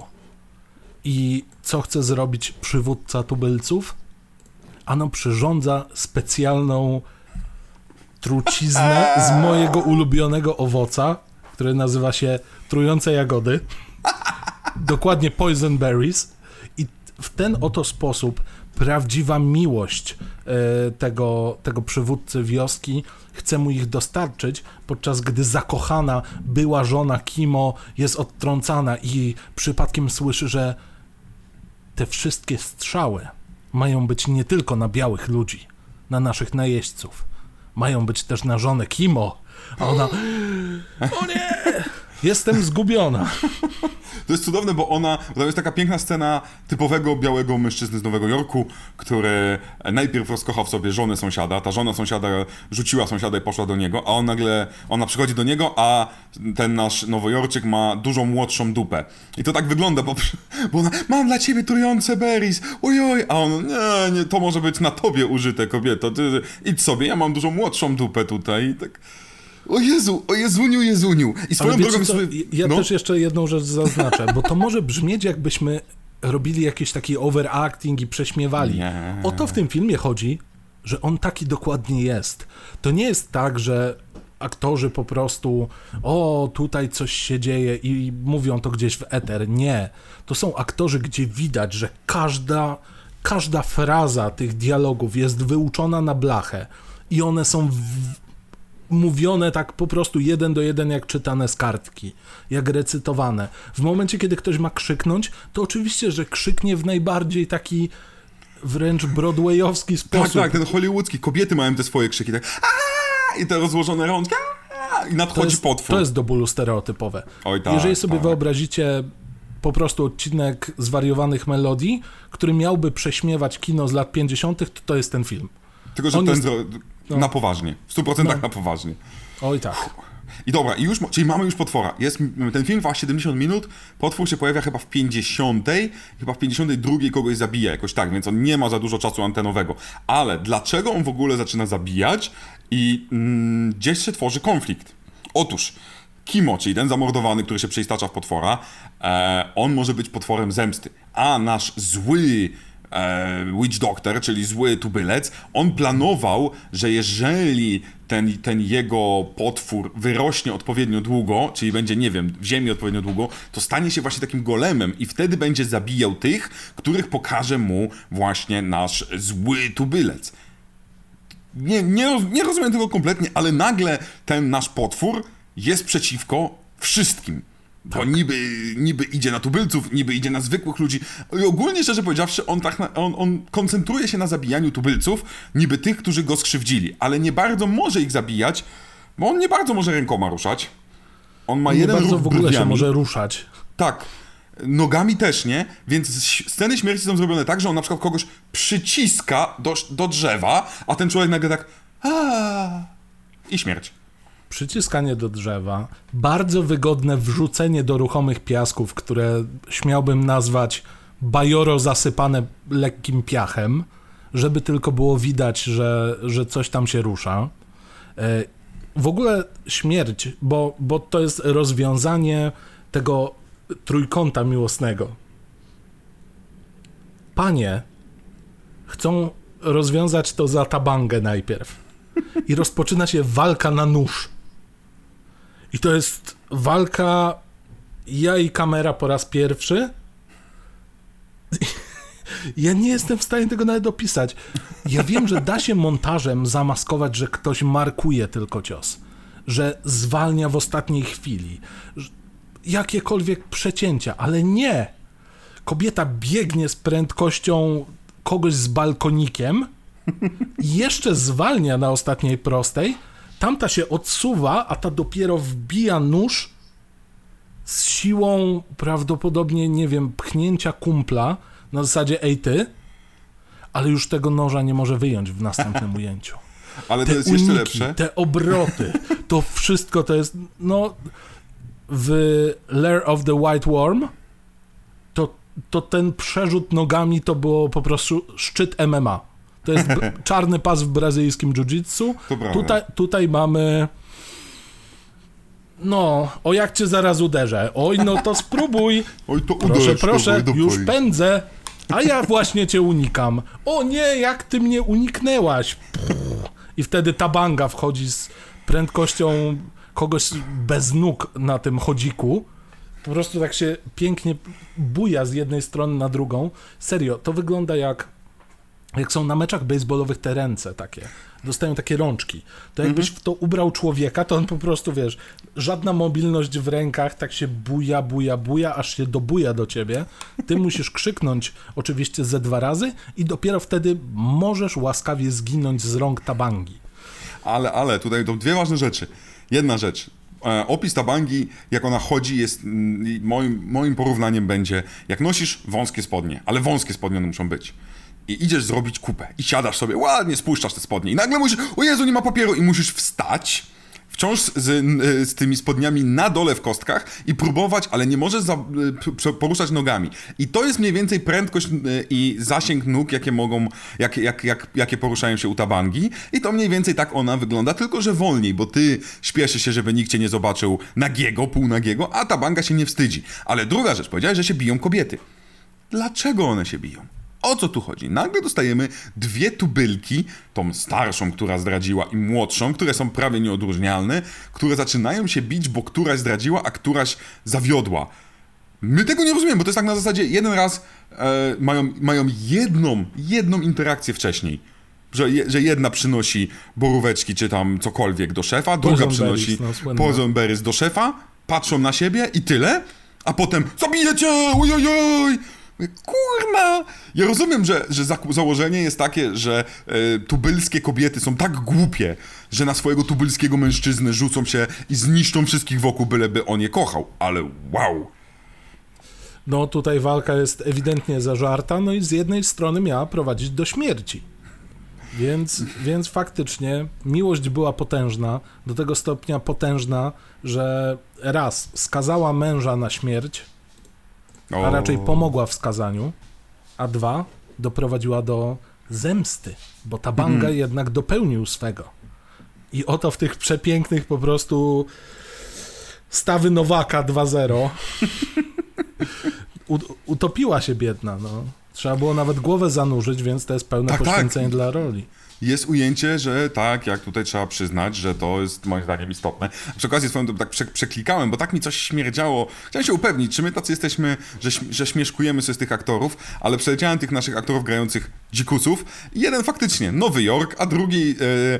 I co chce zrobić przywódca tubylców? Ano przyrządza specjalną truciznę z mojego ulubionego owoca, który nazywa się trujące jagody. Dokładnie poison berries. I w ten oto sposób prawdziwa miłość tego przywódcy wioski chce mu ich dostarczyć, podczas gdy zakochana była żona Kimo jest odtrącana i przypadkiem słyszy, że te wszystkie strzały mają być nie tylko na białych ludzi, na naszych najeźdźców. Mają być też na żonę Kimo. A ona, o nie, jestem zgubiona.
To jest cudowne, bo to jest taka piękna scena typowego białego mężczyzny z Nowego Jorku, który najpierw rozkochał w sobie żonę sąsiada, ta żona sąsiada rzuciła sąsiada i poszła do niego, a ona przychodzi do niego, a ten nasz Nowojorczyk ma dużo młodszą dupę. I to tak wygląda, bo ona, mam dla ciebie trujące berries, ojoj, a on, nie, to może być na tobie użyte, kobieto, ty idź sobie, ja mam dużo młodszą dupę tutaj i tak... O Jezu, o Jezuniu. I swoją drogą...
Ja też jeszcze jedną rzecz zaznaczę, bo to może brzmieć, jakbyśmy robili jakiś taki overacting i prześmiewali.
Nie.
O to w tym filmie chodzi, że on taki dokładnie jest. To nie jest tak, że aktorzy po prostu tutaj coś się dzieje i mówią to gdzieś w eter. Nie. To są aktorzy, gdzie widać, że każda fraza tych dialogów jest wyuczona na blachę i one są mówione tak po prostu 1 do 1 jak czytane z kartki, jak recytowane. W momencie, kiedy ktoś ma krzyknąć, to oczywiście, że krzyknie w najbardziej taki wręcz broadwayowski sposób.
Tak, ten hollywoodzki. Kobiety mają te swoje krzyki, tak i te rozłożone rączki, i nadchodzi potwór.
To jest do bólu stereotypowe.
Oj, tak,
jeżeli sobie wyobrazicie po prostu odcinek zwariowanych melodii, który miałby prześmiewać kino z lat 50., to jest ten film.
Tylko, że na poważnie. W 100% na poważnie.
Oj tak.
I dobra, czyli mamy już potwora. Ten film trwa 70 minut, potwór się pojawia chyba w 50, chyba w 52 kogoś zabija, jakoś tak, więc on nie ma za dużo czasu antenowego. Ale dlaczego on w ogóle zaczyna zabijać i gdzieś się tworzy konflikt? Otóż Kimo, czyli ten zamordowany, który się przeistacza w potwora, on może być potworem zemsty, a nasz zły Witch Doctor, czyli zły tubylec, on planował, że jeżeli ten jego potwór wyrośnie odpowiednio długo, czyli będzie, nie wiem, w ziemi odpowiednio długo, to stanie się właśnie takim golemem i wtedy będzie zabijał tych, których pokaże mu właśnie nasz zły tubylec. Nie rozumiem tego kompletnie, ale nagle ten nasz potwór jest przeciwko wszystkim. Bo niby idzie na tubylców, niby idzie na zwykłych ludzi. I ogólnie, szczerze powiedziawszy, on koncentruje się na zabijaniu tubylców, niby tych, którzy go skrzywdzili. Ale nie bardzo może ich zabijać, bo on nie bardzo może rękoma ruszać. On ma jeden ruch
brwiami. Nie bardzo w ogóle się może ruszać.
Tak. Nogami też nie, więc sceny śmierci są zrobione tak, że on na przykład kogoś przyciska do drzewa, a ten człowiek nagle tak i śmierć.
Przyciskanie do drzewa, bardzo wygodne wrzucenie do ruchomych piasków, które śmiałbym nazwać bajoro zasypane lekkim piachem, żeby tylko było widać, że coś tam się rusza. W ogóle śmierć, bo to jest rozwiązanie tego trójkąta miłosnego. Panie chcą rozwiązać to za tabangę najpierw i rozpoczyna się walka na nóż. I to jest walka ja i kamera po raz pierwszy. Ja nie jestem w stanie tego nawet opisać. Ja wiem, że da się montażem zamaskować, że ktoś markuje tylko cios, że zwalnia w ostatniej chwili, jakiekolwiek przecięcia, ale nie. Kobieta biegnie z prędkością kogoś z balkonikiem i jeszcze zwalnia na ostatniej prostej, tamta się odsuwa, a ta dopiero wbija nóż z siłą prawdopodobnie, nie wiem, pchnięcia kumpla na zasadzie ej ty, ale już tego noża nie może wyjąć w następnym ujęciu.
Ale to jest uniki, jeszcze lepsze.
Te obroty, to wszystko to jest, w Lair of the White Worm to ten przerzut nogami to było po prostu szczyt MMA. To jest czarny pas w brazylijskim jiu-jitsu. Tutaj mamy o jak cię zaraz uderzę. Oj, no to spróbuj.
Oj, to
proszę, już pędzę. A ja właśnie cię unikam. O nie, jak ty mnie uniknęłaś. I wtedy tabanga wchodzi z prędkością kogoś bez nóg na tym chodziku. Po prostu tak się pięknie buja z jednej strony na drugą. Serio, to wygląda jak są na meczach baseballowych te ręce takie. Dostają takie rączki. To jakbyś w to ubrał człowieka, to on po prostu, wiesz, żadna mobilność w rękach, tak się buja, aż się dobuja do ciebie. Ty musisz krzyknąć oczywiście ze 2 razy i dopiero wtedy możesz łaskawie zginąć z rąk tabangi.
Ale tutaj to 2 ważne rzeczy. Jedna rzecz. Opis tabangi, jak ona chodzi, jest moim porównaniem będzie, jak nosisz wąskie spodnie, ale wąskie spodnie one muszą być. I idziesz zrobić kupę i siadasz sobie, ładnie spuszczasz te spodnie i nagle musisz, o Jezu, nie ma papieru i musisz wstać, wciąż z tymi spodniami na dole w kostkach i próbować, ale nie możesz poruszać nogami. I to jest mniej więcej prędkość i zasięg nóg, jakie poruszają się u tabangi. I to mniej więcej tak ona wygląda, tylko że wolniej, bo ty śpieszysz się, żeby nikt cię nie zobaczył nagiego, półnagiego, a tabanga się nie wstydzi. Ale druga rzecz, powiedziałeś, że się biją kobiety. Dlaczego one się biją? O co tu chodzi? Nagle dostajemy 2 tubylki, tą starszą, która zdradziła, i młodszą, które są prawie nieodróżnialne, które zaczynają się bić, bo któraś zdradziła, a któraś zawiodła. My tego nie rozumiemy, bo to jest tak na zasadzie jeden raz mają jedną interakcję wcześniej. Że jedna przynosi boróweczki czy tam cokolwiek do szefa, druga przynosi poison berries do szefa, patrzą na siebie i tyle, a potem zabijecie, ojojoj! Kurna! Ja rozumiem, że założenie jest takie, że tubylskie kobiety są tak głupie, że na swojego tubylskiego mężczyznę rzucą się i zniszczą wszystkich wokół, byleby on je kochał. Ale wow!
No tutaj walka jest ewidentnie zażarta, no i z jednej strony miała prowadzić do śmierci. Więc faktycznie miłość była potężna, do tego stopnia potężna, że raz skazała męża na śmierć, a raczej pomogła w skazaniu, a dwa doprowadziła do zemsty, bo Tabanga jednak dopełnił swego. I oto w tych przepięknych po prostu stawy Nowaka 2-0 utopiła się biedna, no. Trzeba było nawet głowę zanurzyć, więc to jest pełne poświęcenie dla roli.
Jest ujęcie, że tak, jak tutaj trzeba przyznać, że to jest moim zdaniem istotne. Przy okazji swoją tak przeklikałem, bo tak mi coś śmierdziało. Chciałem się upewnić, czy my tacy jesteśmy, że śmieszkujemy sobie z tych aktorów, ale przeleciałem tych naszych aktorów grających dzikusów. Jeden faktycznie Nowy Jork, a drugi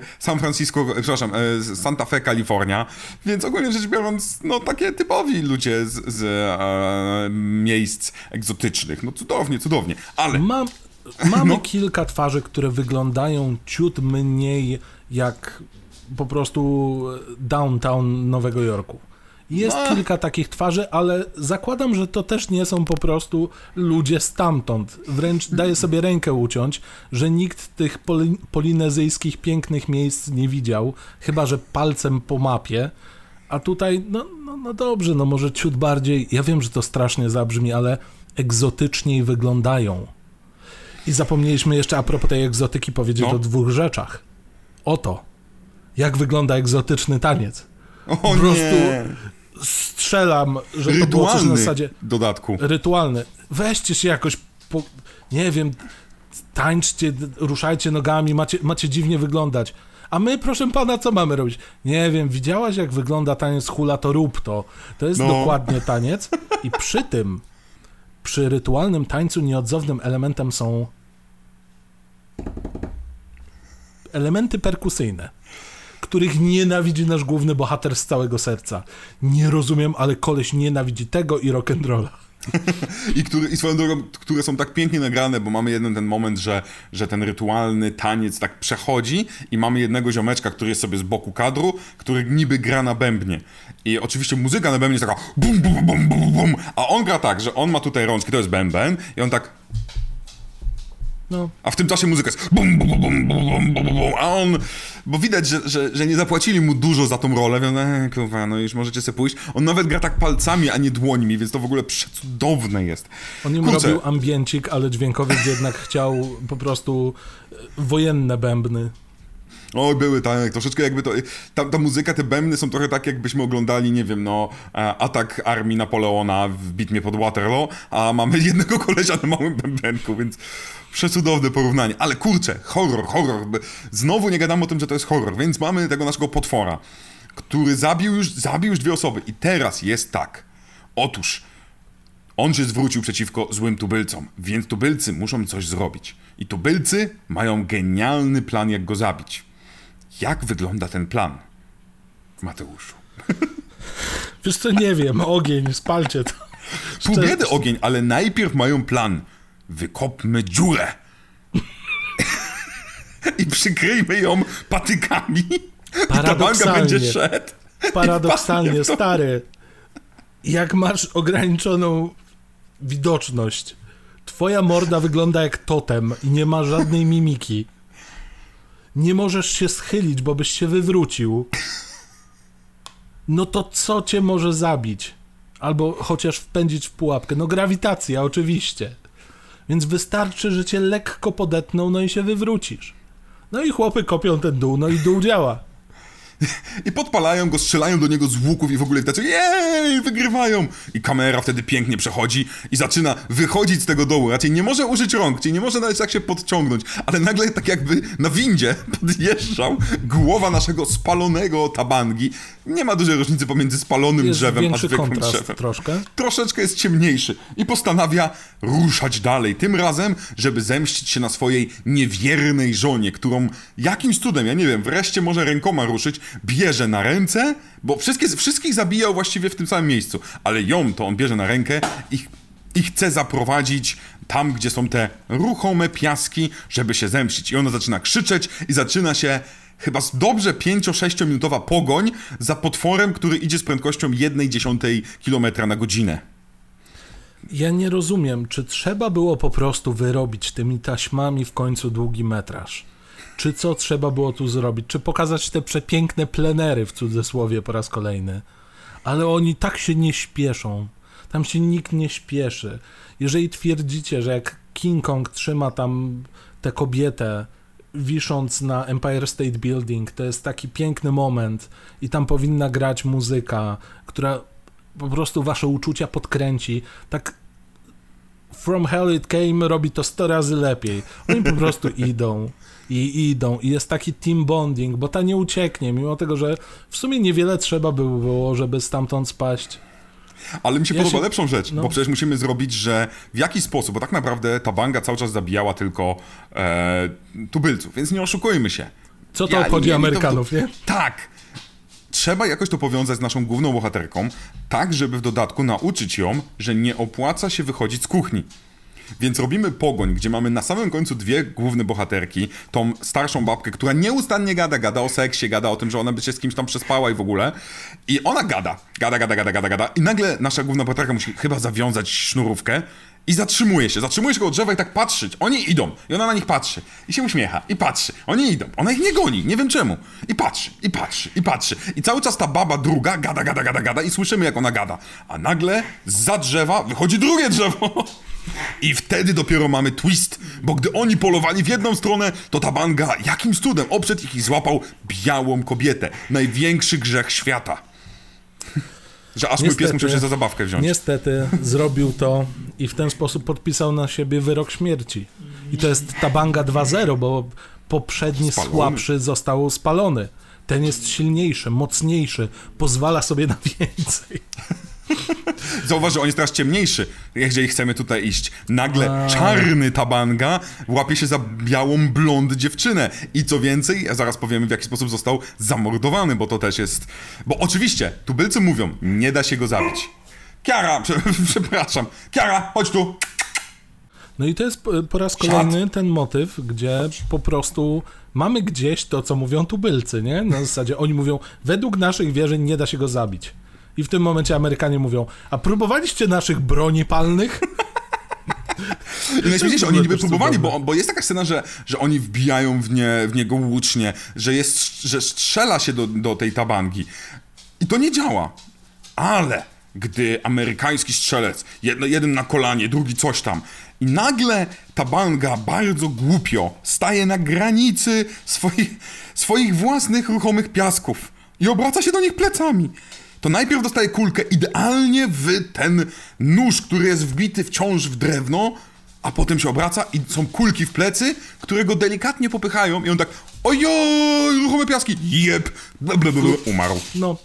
Santa Fe, Kalifornia. Więc ogólnie rzecz biorąc, no takie typowi ludzie z miejsc egzotycznych. No cudownie, ale...
Mamy kilka twarzy, które wyglądają ciut mniej jak po prostu downtown Nowego Jorku. Jest kilka takich twarzy, ale zakładam, że to też nie są po prostu ludzie stamtąd. Wręcz daję sobie rękę uciąć, że nikt tych polinezyjskich pięknych miejsc nie widział, chyba że palcem po mapie. A tutaj, no dobrze, no może ciut bardziej, ja wiem, że to strasznie zabrzmi, ale egzotyczniej wyglądają. I zapomnieliśmy jeszcze a propos tej egzotyki powiedzieć o dwóch rzeczach. Oto, jak wygląda egzotyczny taniec.
Po prostu
strzelam, że rytualny, to było coś na zasadzie...
dodatku.
Rytualny. Weźcie się jakoś, nie wiem, tańczcie, ruszajcie nogami, macie dziwnie wyglądać. A my, proszę pana, co mamy robić? Nie wiem, widziałaś jak wygląda taniec hula, to rób to. To jest dokładnie taniec i przy rytualnym tańcu nieodzownym elementem są elementy perkusyjne, których nienawidzi nasz główny bohater z całego serca. Nie rozumiem, ale koleś nienawidzi tego i rock'n'rolla.
I swoją drogą, które są tak pięknie nagrane, bo mamy jeden ten moment, że ten rytualny taniec tak przechodzi i mamy jednego ziomeczka, który jest sobie z boku kadru, który niby gra na bębnie. I oczywiście muzyka na bębnie jest taka bum, bum, bum, bum, bum, a on gra tak, że on ma tutaj rączki, to jest bęben i on tak... No. A w tym czasie muzyka jest bum, bum, bum, bum, bum, bum, bum, a on... Bo widać, że nie zapłacili mu dużo za tą rolę, więc kurwa, no już możecie sobie pójść. On nawet gra tak palcami, a nie dłońmi, więc to w ogóle przecudowne jest.
On im robił ambiencik, ale dźwiękowiec jednak chciał po prostu wojenne bębny.
Oj, były tak, troszeczkę jakby to... Ta muzyka, te bębny są trochę tak, jakbyśmy oglądali, nie wiem, atak armii Napoleona w bitwie pod Waterloo, a mamy jednego kolesia na małym bębenku, więc przecudowne porównanie. Ale kurczę, horror. Znowu nie gadamy o tym, że to jest horror, więc mamy tego naszego potwora, który zabił już 2 osoby. I teraz jest tak. Otóż on się zwrócił przeciwko złym tubylcom, więc tubylcy muszą coś zrobić. I tubylcy mają genialny plan, jak go zabić. Jak wygląda ten plan, Mateuszu?
Wiesz co, nie wiem, ogień, spalcie to.
Pół biedy ogień, ale najpierw mają plan. Wykopmy dziurę. I przykryjmy ją patykami. I ta banga będzie szedł.
Paradoksalnie, stary, jak masz ograniczoną widoczność, twoja morda wygląda jak totem i nie ma żadnej mimiki. Nie możesz się schylić, bo byś się wywrócił. No to co cię może zabić? Albo chociaż wpędzić w pułapkę? No grawitacja, oczywiście. Więc wystarczy, że cię lekko podetną, no i się wywrócisz. No i chłopy kopią ten dół, no i dół działa.
I podpalają go, strzelają do niego z łuków i w ogóle tacy jej, wygrywają. I kamera wtedy pięknie przechodzi i zaczyna wychodzić z tego dołu. Raczej nie może użyć rąk, czyli nie może nawet tak się podciągnąć, ale nagle tak jakby na windzie podjeżdżał głowa naszego spalonego Tabangi. Nie ma dużej różnicy pomiędzy spalonym drzewem a zwykłym drzewem.
Troszkę.
Troszeczkę jest ciemniejszy i postanawia ruszać dalej. Tym razem, żeby zemścić się na swojej niewiernej żonie, którą jakimś cudem, ja nie wiem, wreszcie może rękoma ruszyć, bierze na ręce, bo wszystkich zabijał właściwie w tym samym miejscu, ale ją to on bierze na rękę i chce zaprowadzić tam, gdzie są te ruchome piaski, żeby się zemścić. I ona zaczyna krzyczeć i zaczyna się chyba dobrze 5-6 minutowa pogoń za potworem, który idzie z prędkością 1/10 km na godzinę.
Ja nie rozumiem, czy trzeba było po prostu wyrobić tymi taśmami w końcu długi metraż? Czy co trzeba było tu zrobić? Czy pokazać te przepiękne plenery, w cudzysłowie po raz kolejny? Ale oni tak się nie śpieszą. Tam się nikt nie śpieszy. Jeżeli twierdzicie, że jak King Kong trzyma tam tę kobietę, wisząc na Empire State Building, to jest taki piękny moment i tam powinna grać muzyka, która po prostu wasze uczucia podkręci, tak From Hell It Came robi to 100 razy lepiej. Oni po prostu idą i jest taki team bonding, bo ta nie ucieknie, mimo tego, że w sumie niewiele trzeba by było, żeby stamtąd spaść.
Ale mi się podoba lepszą rzecz, bo przecież musimy zrobić, że w jakiś sposób, bo tak naprawdę ta banga cały czas zabijała tylko tubylców, więc nie oszukujmy się.
Co to obchodzi Amerykanów, nie?
Tak! Trzeba jakoś to powiązać z naszą główną bohaterką, tak żeby w dodatku nauczyć ją, że nie opłaca się wychodzić z kuchni. Więc robimy pogoń, gdzie mamy na samym końcu dwie główne bohaterki, tą starszą babkę, która nieustannie gada o seksie, gada o tym, że ona by się z kimś tam przespała i w ogóle. I ona gada. I nagle nasza główna bohaterka musi chyba zawiązać sznurówkę i zatrzymuje się koło drzewa i tak patrzeć. Oni idą. I ona na nich patrzy. I się uśmiecha. I patrzy. Oni idą. Ona ich nie goni. Nie wiem czemu. I patrzy. I cały czas ta baba druga gada i słyszymy jak ona gada. A nagle zza drzewa wychodzi drugie drzewo. I wtedy dopiero mamy twist, bo gdy oni polowali w jedną stronę, to ta banga jakimś cudem oprzedł ich i złapał białą kobietę. Największy grzech świata. Że aż mój pies musiał się za zabawkę wziąć.
Niestety zrobił to i w ten sposób podpisał na siebie wyrok śmierci. I to jest ta banga 2.0, bo poprzedni słabszy został spalony. Ten jest silniejszy, mocniejszy, pozwala sobie na więcej.
Zauważ, że on jest teraz ciemniejszy, jeżeli chcemy tutaj iść. Nagle czarny Tabanga łapie się za białą blond dziewczynę. I co więcej, zaraz powiemy w jaki sposób został zamordowany, bo to też jest... Bo oczywiście, tubylcy mówią, nie da się go zabić. Kiara, przepraszam, Kiara, chodź tu.
No i to jest po raz kolejny ten motyw, gdzie po prostu mamy gdzieś to, co mówią tubylcy, nie? Na zasadzie oni mówią, według naszych wierzeń nie da się go zabić. I w tym momencie Amerykanie mówią, a próbowaliście naszych broni palnych?
I najśmieszniejsze, oni niby próbowali, bo jest taka scena, że oni wbijają w niego łucznie, że strzela się do tej tabangi. I to nie działa. Ale gdy amerykański strzelec, jeden na kolanie, drugi coś tam, i nagle tabanga bardzo głupio staje na granicy swoich własnych ruchomych piasków i obraca się do nich plecami. To najpierw dostaje kulkę idealnie w ten nóż, który jest wbity wciąż w drewno, a potem się obraca i są kulki w plecy, które go delikatnie popychają i on tak ojoj, ruchome piaski, jeb, umarł.
No.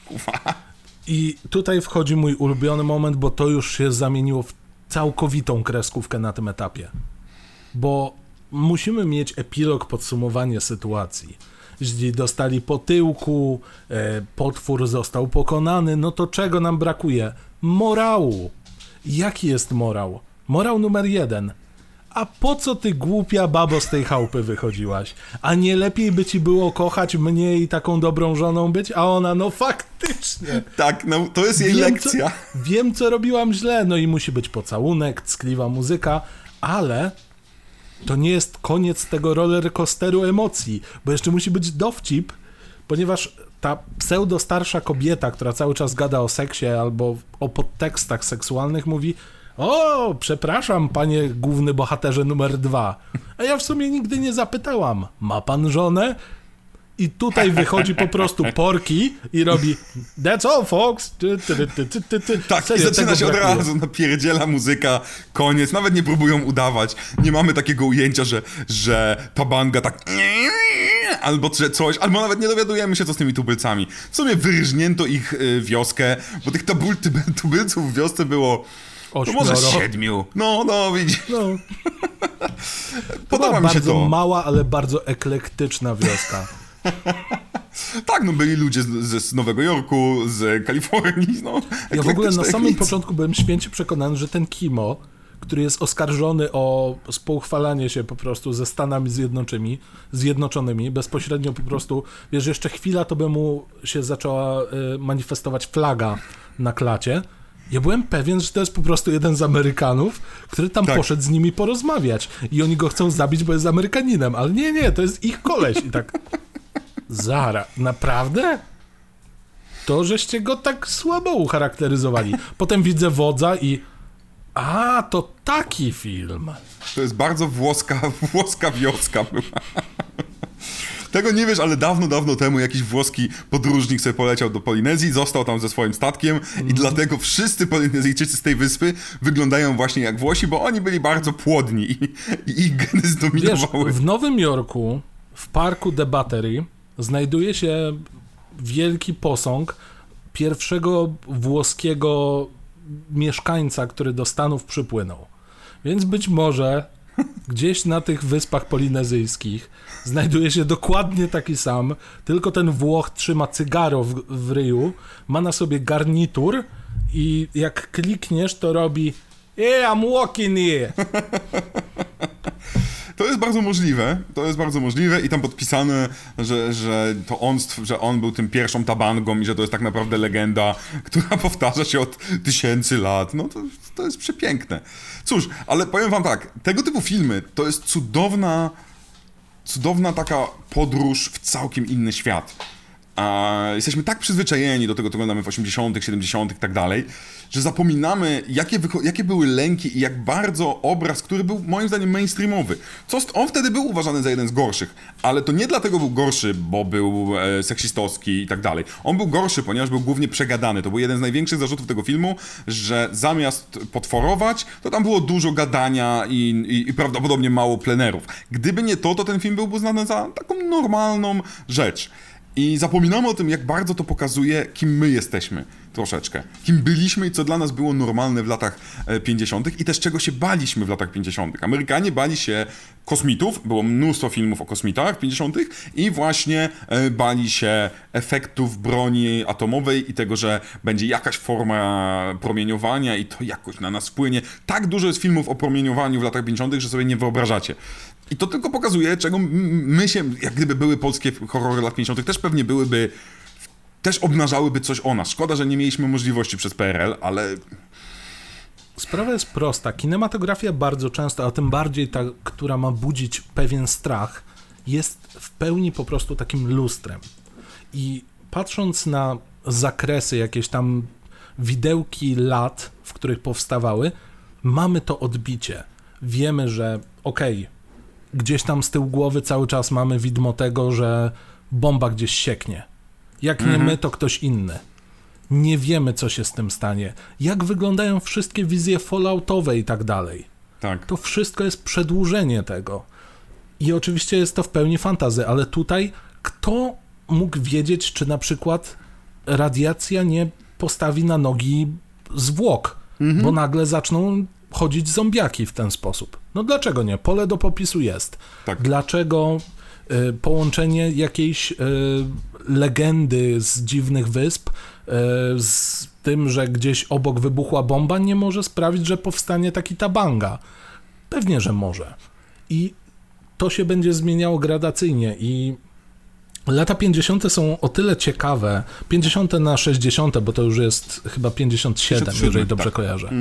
I tutaj wchodzi mój ulubiony moment, bo to już się zamieniło w całkowitą kreskówkę na tym etapie. Bo musimy mieć epilog, podsumowanie sytuacji. Jeśli dostali po tyłku, potwór został pokonany, no to czego nam brakuje? Morału. Jaki jest morał? Morał numer 1. A po co ty głupia babo z tej chałupy wychodziłaś? A nie lepiej by ci było kochać mnie i taką dobrą żoną być? A ona, no faktycznie.
Tak, no to jest jej lekcja.
Wiem, co robiłam źle. No i musi być pocałunek, ckliwa muzyka, ale... to nie jest koniec tego rollercoasteru emocji, bo jeszcze musi być dowcip, ponieważ ta pseudo-starsza kobieta, która cały czas gada o seksie albo o podtekstach seksualnych, mówi: o, przepraszam, panie główny bohaterze numer 2, a ja w sumie nigdy nie zapytałam, ma pan żonę? I tutaj wychodzi po prostu Porky i robi that's all, folks.
Tak, serio, i zaczyna się od razu, napierdziela muzyka, koniec, nawet nie próbują udawać. Nie mamy takiego ujęcia, że ta banga tak albo coś, albo nawet nie dowiadujemy się, co z tymi tubylcami. W sumie wyryżnięto ich wioskę, bo tych tubylców w wiosce było
8.
To może 7. No, widzisz. No.
Podoba mi się to. Bardzo mała, ale bardzo eklektyczna wioska.
Tak, no byli ludzie z Nowego Jorku, z Kalifornii, no.
Ja w ogóle na samym początku byłem święcie przekonany, że ten Kimo, który jest oskarżony o spochwalanie się po prostu ze Stanami Zjednoczonymi, bezpośrednio po prostu, wiesz, jeszcze chwila to by mu się zaczęła manifestować flaga na klacie. Ja byłem pewien, że to jest po prostu jeden z Amerykanów, który tam poszedł z nimi porozmawiać i oni go chcą zabić, bo jest Amerykaninem, ale nie, to jest ich koleś i tak... Zara, naprawdę? To, żeście go tak słabo ucharakteryzowali. Potem widzę wodza i... A, to taki film.
To jest bardzo włoska wioska była. Tego nie wiesz, ale dawno temu jakiś włoski podróżnik sobie poleciał do Polinezji, został tam ze swoim statkiem i dlatego wszyscy Polinezyjczycy z tej wyspy wyglądają właśnie jak Włosi, bo oni byli bardzo płodni i ich geny zdominowały.
Wiesz, w Nowym Jorku, w parku The Battery, znajduje się wielki posąg pierwszego włoskiego mieszkańca, który do Stanów przypłynął. Więc być może gdzieś na tych wyspach polinezyjskich znajduje się dokładnie taki sam, tylko ten Włoch trzyma cygaro w ryju, ma na sobie garnitur i jak klikniesz, to robi I'm walking here.
To jest bardzo możliwe i tam podpisane, że on był tym pierwszą tabangą i że to jest tak naprawdę legenda, która powtarza się od tysięcy lat. No to jest przepiękne. Cóż, ale powiem wam tak, tego typu filmy to jest cudowna taka podróż w całkiem inny świat. Jesteśmy tak przyzwyczajeni do tego, co oglądamy w 80., 70. i tak dalej, że zapominamy, jakie były lęki i jak bardzo obraz, który był moim zdaniem mainstreamowy. On wtedy był uważany za jeden z gorszych, ale to nie dlatego był gorszy, bo był seksistowski i tak dalej. On był gorszy, ponieważ był głównie przegadany. To był jeden z największych zarzutów tego filmu, że zamiast potworować, to tam było dużo gadania i prawdopodobnie mało plenerów. Gdyby nie to ten film byłby uznany za taką normalną rzecz. I zapominamy o tym, jak bardzo to pokazuje, kim my jesteśmy troszeczkę. Kim byliśmy i co dla nas było normalne w latach 50. i też czego się baliśmy w latach 50. Amerykanie bali się kosmitów, było mnóstwo filmów o kosmitach w 50. i właśnie bali się efektów broni atomowej i tego, że będzie jakaś forma promieniowania i to jakoś na nas wpłynie. Tak dużo jest filmów o promieniowaniu w latach 50., że sobie nie wyobrażacie. I to tylko pokazuje, czego my się, jak gdyby były polskie horrory lat 50., też obnażałyby coś o nas. Szkoda, że nie mieliśmy możliwości przez PRL, ale...
Sprawa jest prosta. Kinematografia bardzo często, a tym bardziej ta, która ma budzić pewien strach, jest w pełni po prostu takim lustrem. I patrząc na zakresy, jakieś tam widełki lat, w których powstawały, mamy to odbicie. Wiemy, że gdzieś tam z tyłu głowy cały czas mamy widmo tego, że bomba gdzieś sieknie. Jak nie my, to ktoś inny. Nie wiemy, co się z tym stanie. Jak wyglądają wszystkie wizje falloutowe i tak dalej.
Tak.
To wszystko jest przedłużenie tego. I oczywiście jest to w pełni fantazy, ale tutaj kto mógł wiedzieć, czy na przykład radiacja nie postawi na nogi zwłok, bo nagle zaczną chodzić zombiaki w ten sposób. No dlaczego nie? Pole do popisu jest.
Tak.
Dlaczego połączenie jakiejś legendy z dziwnych wysp z tym, że gdzieś obok wybuchła bomba, nie może sprawić, że powstanie taki tabanga? Pewnie, że może. I to się będzie zmieniało gradacyjnie i lata 50. są o tyle ciekawe, 50. na 60., bo to już jest chyba 57, jeżeli dobrze kojarzę.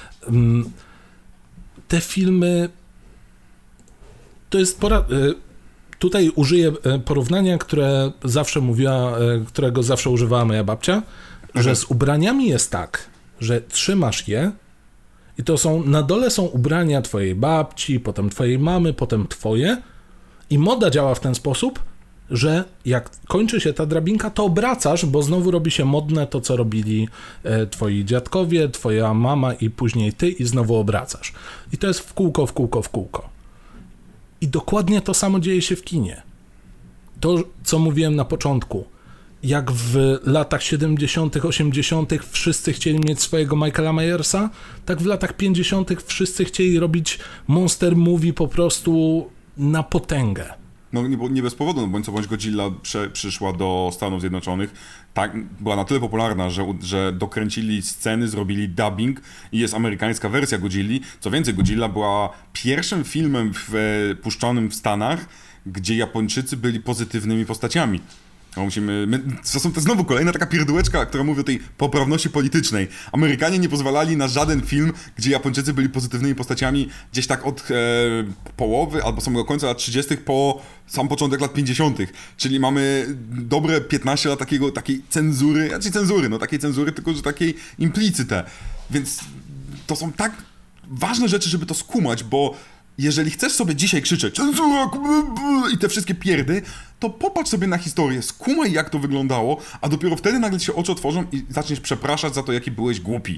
Te filmy, to jest tutaj użyję porównania, które zawsze mówiła, którego zawsze używała moja babcia, że z ubraniami jest tak, że trzymasz je i to na dole są ubrania twojej babci, potem twojej mamy, potem twoje i moda działa w ten sposób, że jak kończy się ta drabinka, to obracasz, bo znowu robi się modne to, co robili twoi dziadkowie, twoja mama i później ty i znowu obracasz. I to jest w kółko, w kółko, w kółko. I dokładnie to samo dzieje się w kinie. To, co mówiłem na początku, jak w latach 70., 80. wszyscy chcieli mieć swojego Michaela Myersa, tak w latach 50. wszyscy chcieli robić monster movie po prostu na potęgę.
No nie bez powodu, no bądź co bądź Godzilla przyszła do Stanów Zjednoczonych, tak, była na tyle popularna, że dokręcili sceny, zrobili dubbing i jest amerykańska wersja Godzilli. Co więcej, Godzilla była pierwszym filmem puszczonym w Stanach, gdzie Japończycy byli pozytywnymi postaciami. No to znowu kolejna taka pierdółeczka, która mówi o tej poprawności politycznej. Amerykanie nie pozwalali na żaden film, gdzie Japończycy byli pozytywnymi postaciami gdzieś tak od połowy albo samego końca lat 30. po sam początek lat 50. Czyli mamy dobre 15 lat takiej cenzury, takiej cenzury, tylko że takiej implicyte. Więc to są tak ważne rzeczy, żeby to skumać, bo jeżeli chcesz sobie dzisiaj krzyczeć cenzura i te wszystkie pierdy, to popatrz sobie na historię, skumaj jak to wyglądało, a dopiero wtedy nagle ci się oczy otworzą i zaczniesz przepraszać za to, jaki byłeś głupi.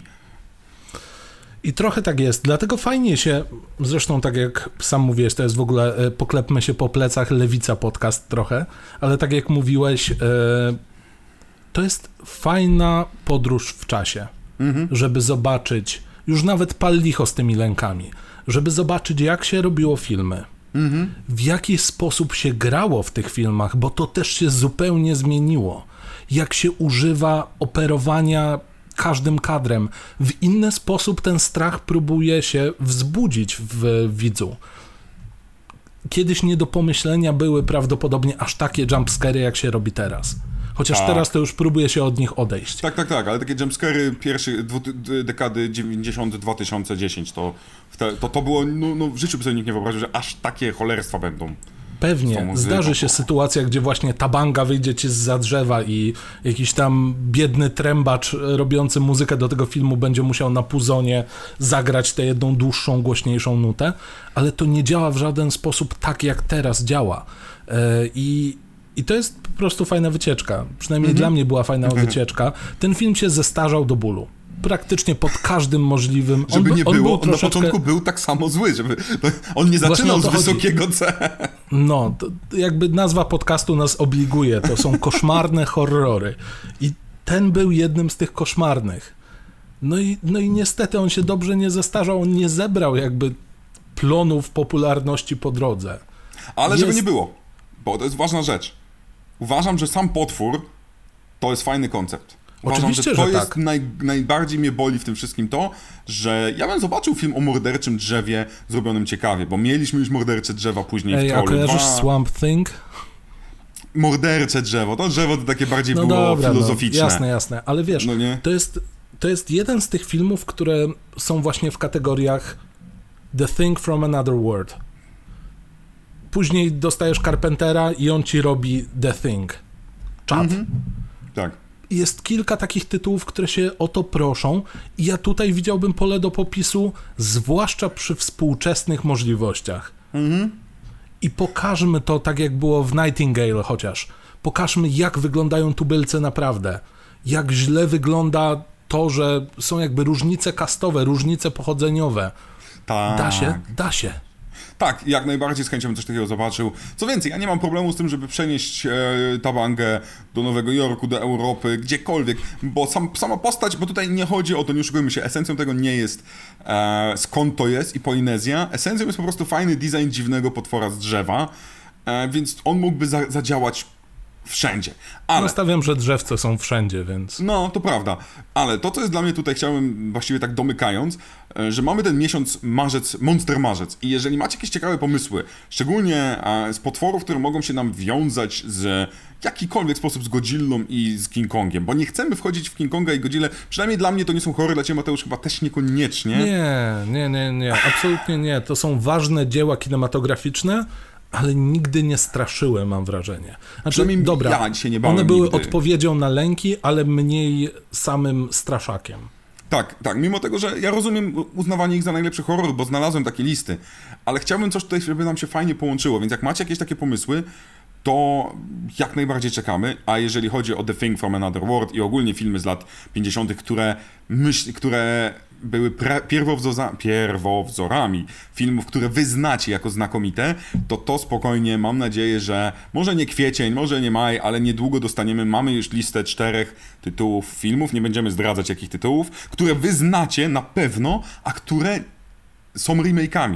I trochę tak jest, dlatego fajnie się, zresztą tak jak sam mówiłeś, to jest w ogóle, poklepmy się po plecach, Lewica podcast trochę, ale tak jak mówiłeś, to jest fajna podróż w czasie, żeby zobaczyć, już nawet pal licho z tymi lękami, żeby zobaczyć, jak się robiło filmy, w jaki sposób się grało w tych filmach, bo to też się zupełnie zmieniło. Jak się używa operowania każdym kadrem. W inny sposób ten strach próbuje się wzbudzić w widzu. Kiedyś nie do pomyślenia były prawdopodobnie aż takie jumpscary, jak się robi teraz. Chociaż teraz to już próbuje się od nich odejść.
Tak, ale takie jumpscary pierwszej dekady 90-2010 to było, no w życiu by sobie nikt nie wyobraził, że aż takie cholerstwa będą.
Pewnie, zdarzy się sytuacja, gdzie właśnie ta banga wyjdzie ci zza drzewa i jakiś tam biedny trębacz robiący muzykę do tego filmu będzie musiał na puzonie zagrać tę jedną dłuższą, głośniejszą nutę, ale to nie działa w żaden sposób tak, jak teraz działa. I to jest po prostu fajna wycieczka. Przynajmniej dla mnie była fajna wycieczka. Ten film się zestarzał do bólu. Praktycznie pod każdym możliwym...
Żeby nie było, on na początku był tak samo zły, on nie zaczynał z wysokiego C.
No, to jakby nazwa podcastu nas obliguje. To są koszmarne horrory. I ten był jednym z tych koszmarnych. No i niestety on się dobrze nie zestarzał, on nie zebrał jakby plonów popularności po drodze.
Ale żeby nie było, bo to jest ważna rzecz. Uważam, że sam potwór to jest fajny koncept. Uważam,
oczywiście,
że to
że
jest
tak.
Najbardziej mnie boli w tym wszystkim to, że ja bym zobaczył film o morderczym drzewie zrobionym ciekawie, bo mieliśmy już mordercze drzewa później w Trollu 2.
A kojarzysz Swamp Thing?
Mordercze drzewo, to takie bardziej było filozoficzne.
No, jasne, ale wiesz, to jest jeden z tych filmów, które są właśnie w kategoriach The Thing from Another World. Później dostajesz Carpentera i on ci robi The Thing. Czad.
Tak.
Jest kilka takich tytułów, które się o to proszą i ja tutaj widziałbym pole do popisu, zwłaszcza przy współczesnych możliwościach. I pokażmy to tak, jak było w Nightingale chociaż. Pokażmy, jak wyglądają tubylce naprawdę. Jak źle wygląda to, że są jakby różnice kastowe, różnice pochodzeniowe.
Tak.
Da się.
Tak, jak najbardziej z chęcią bym coś takiego zobaczył. Co więcej, ja nie mam problemu z tym, żeby przenieść Tabangę do Nowego Jorku, do Europy, gdziekolwiek, bo sama postać, bo tutaj nie chodzi o to, nie oszukujmy się, esencją tego nie jest skąd to jest i Polinezja, esencją jest po prostu fajny design dziwnego potwora z drzewa, więc on mógłby zadziałać wszędzie. Ale
stawiam, że drzewce są wszędzie, więc...
No, to prawda. Ale to, co jest dla mnie tutaj, chciałem właściwie tak domykając, że mamy ten miesiąc marzec, Monster Marzec i jeżeli macie jakieś ciekawe pomysły, szczególnie z potworów, które mogą się nam wiązać z jakikolwiek sposób z Godzillą i z King Kongiem, bo nie chcemy wchodzić w King Konga i Godzillę, przynajmniej dla mnie to nie są horrory, dla ciebie, Mateusz, chyba też niekoniecznie.
Nie, absolutnie nie. To są ważne dzieła kinematograficzne, ale nigdy nie straszyły, mam wrażenie. Dobra,
ja dzisiaj nie bałem
one były
nigdy
odpowiedzią na lęki, ale mniej samym straszakiem.
Tak, mimo tego, że ja rozumiem uznawanie ich za najlepszy horror, bo znalazłem takie listy, ale chciałbym coś tutaj, żeby nam się fajnie połączyło, więc jak macie jakieś takie pomysły, to jak najbardziej czekamy, a jeżeli chodzi o The Thing from Another World i ogólnie filmy z lat 50., które były pierwowzorami filmów, które wy znacie jako znakomite, to spokojnie, mam nadzieję, że może nie kwiecień, może nie maj, ale niedługo mamy już listę 4 tytułów filmów, nie będziemy zdradzać jakich tytułów, które wy znacie na pewno, a które są remake'ami.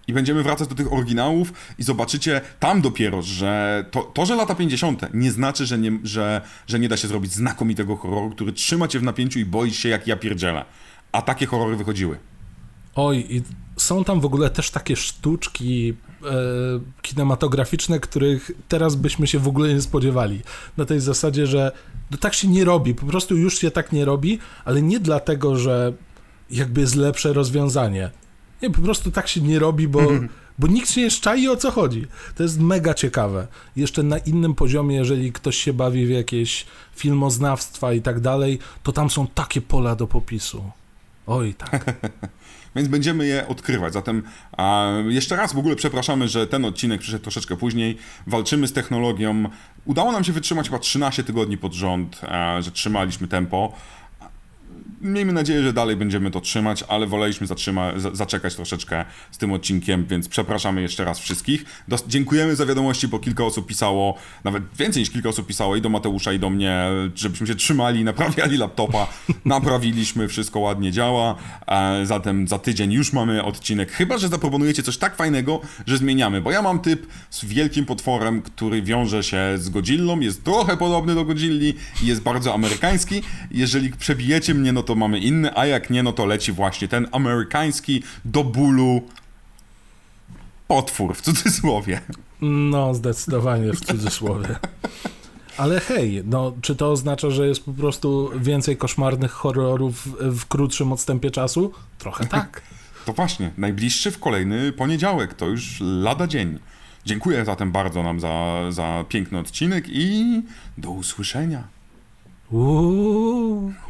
i będziemy wracać do tych oryginałów i zobaczycie tam dopiero, że to że lata 50. nie znaczy, że nie da się zrobić znakomitego horroru, który trzyma cię w napięciu i boisz się jak ja pierdzielę. A takie horrory wychodziły.
Oj, i są tam w ogóle też takie sztuczki kinematograficzne, których teraz byśmy się w ogóle nie spodziewali. Na tej zasadzie, że no tak się nie robi, po prostu już się tak nie robi, ale nie dlatego, że jakby jest lepsze rozwiązanie. Nie, po prostu tak się nie robi, bo nikt się nie szczai, o co chodzi. To jest mega ciekawe. Jeszcze na innym poziomie, jeżeli ktoś się bawi w jakieś filmoznawstwa i tak dalej, to tam są takie pola do popisu. Oj, tak.
Więc będziemy je odkrywać. Zatem jeszcze raz w ogóle przepraszamy, że ten odcinek przyszedł troszeczkę później. Walczymy z technologią. Udało nam się wytrzymać chyba 13 tygodni pod rząd, że trzymaliśmy tempo. Miejmy nadzieję, że dalej będziemy to trzymać, ale woleliśmy zaczekać troszeczkę z tym odcinkiem, więc przepraszamy jeszcze raz wszystkich. Dziękujemy za wiadomości, bo kilka osób pisało, nawet więcej niż kilka osób pisało i do Mateusza, i do mnie, żebyśmy się trzymali, naprawiali laptopa. Naprawiliśmy, wszystko ładnie działa. Zatem za tydzień już mamy odcinek, chyba że zaproponujecie coś tak fajnego, że zmieniamy, bo ja mam typ z wielkim potworem, który wiąże się z Godzillą, jest trochę podobny do Godzilli i jest bardzo amerykański. Jeżeli przebijecie mnie, no to mamy inny, a jak nie, no to leci właśnie ten amerykański do bólu potwór, w cudzysłowie.
No, zdecydowanie w cudzysłowie. Ale hej, no czy to oznacza, że jest po prostu więcej koszmarnych horrorów w krótszym odstępie czasu? Trochę tak.
To właśnie, najbliższy w kolejny poniedziałek, to już lada dzień. Dziękuję zatem bardzo nam za piękny odcinek i do usłyszenia.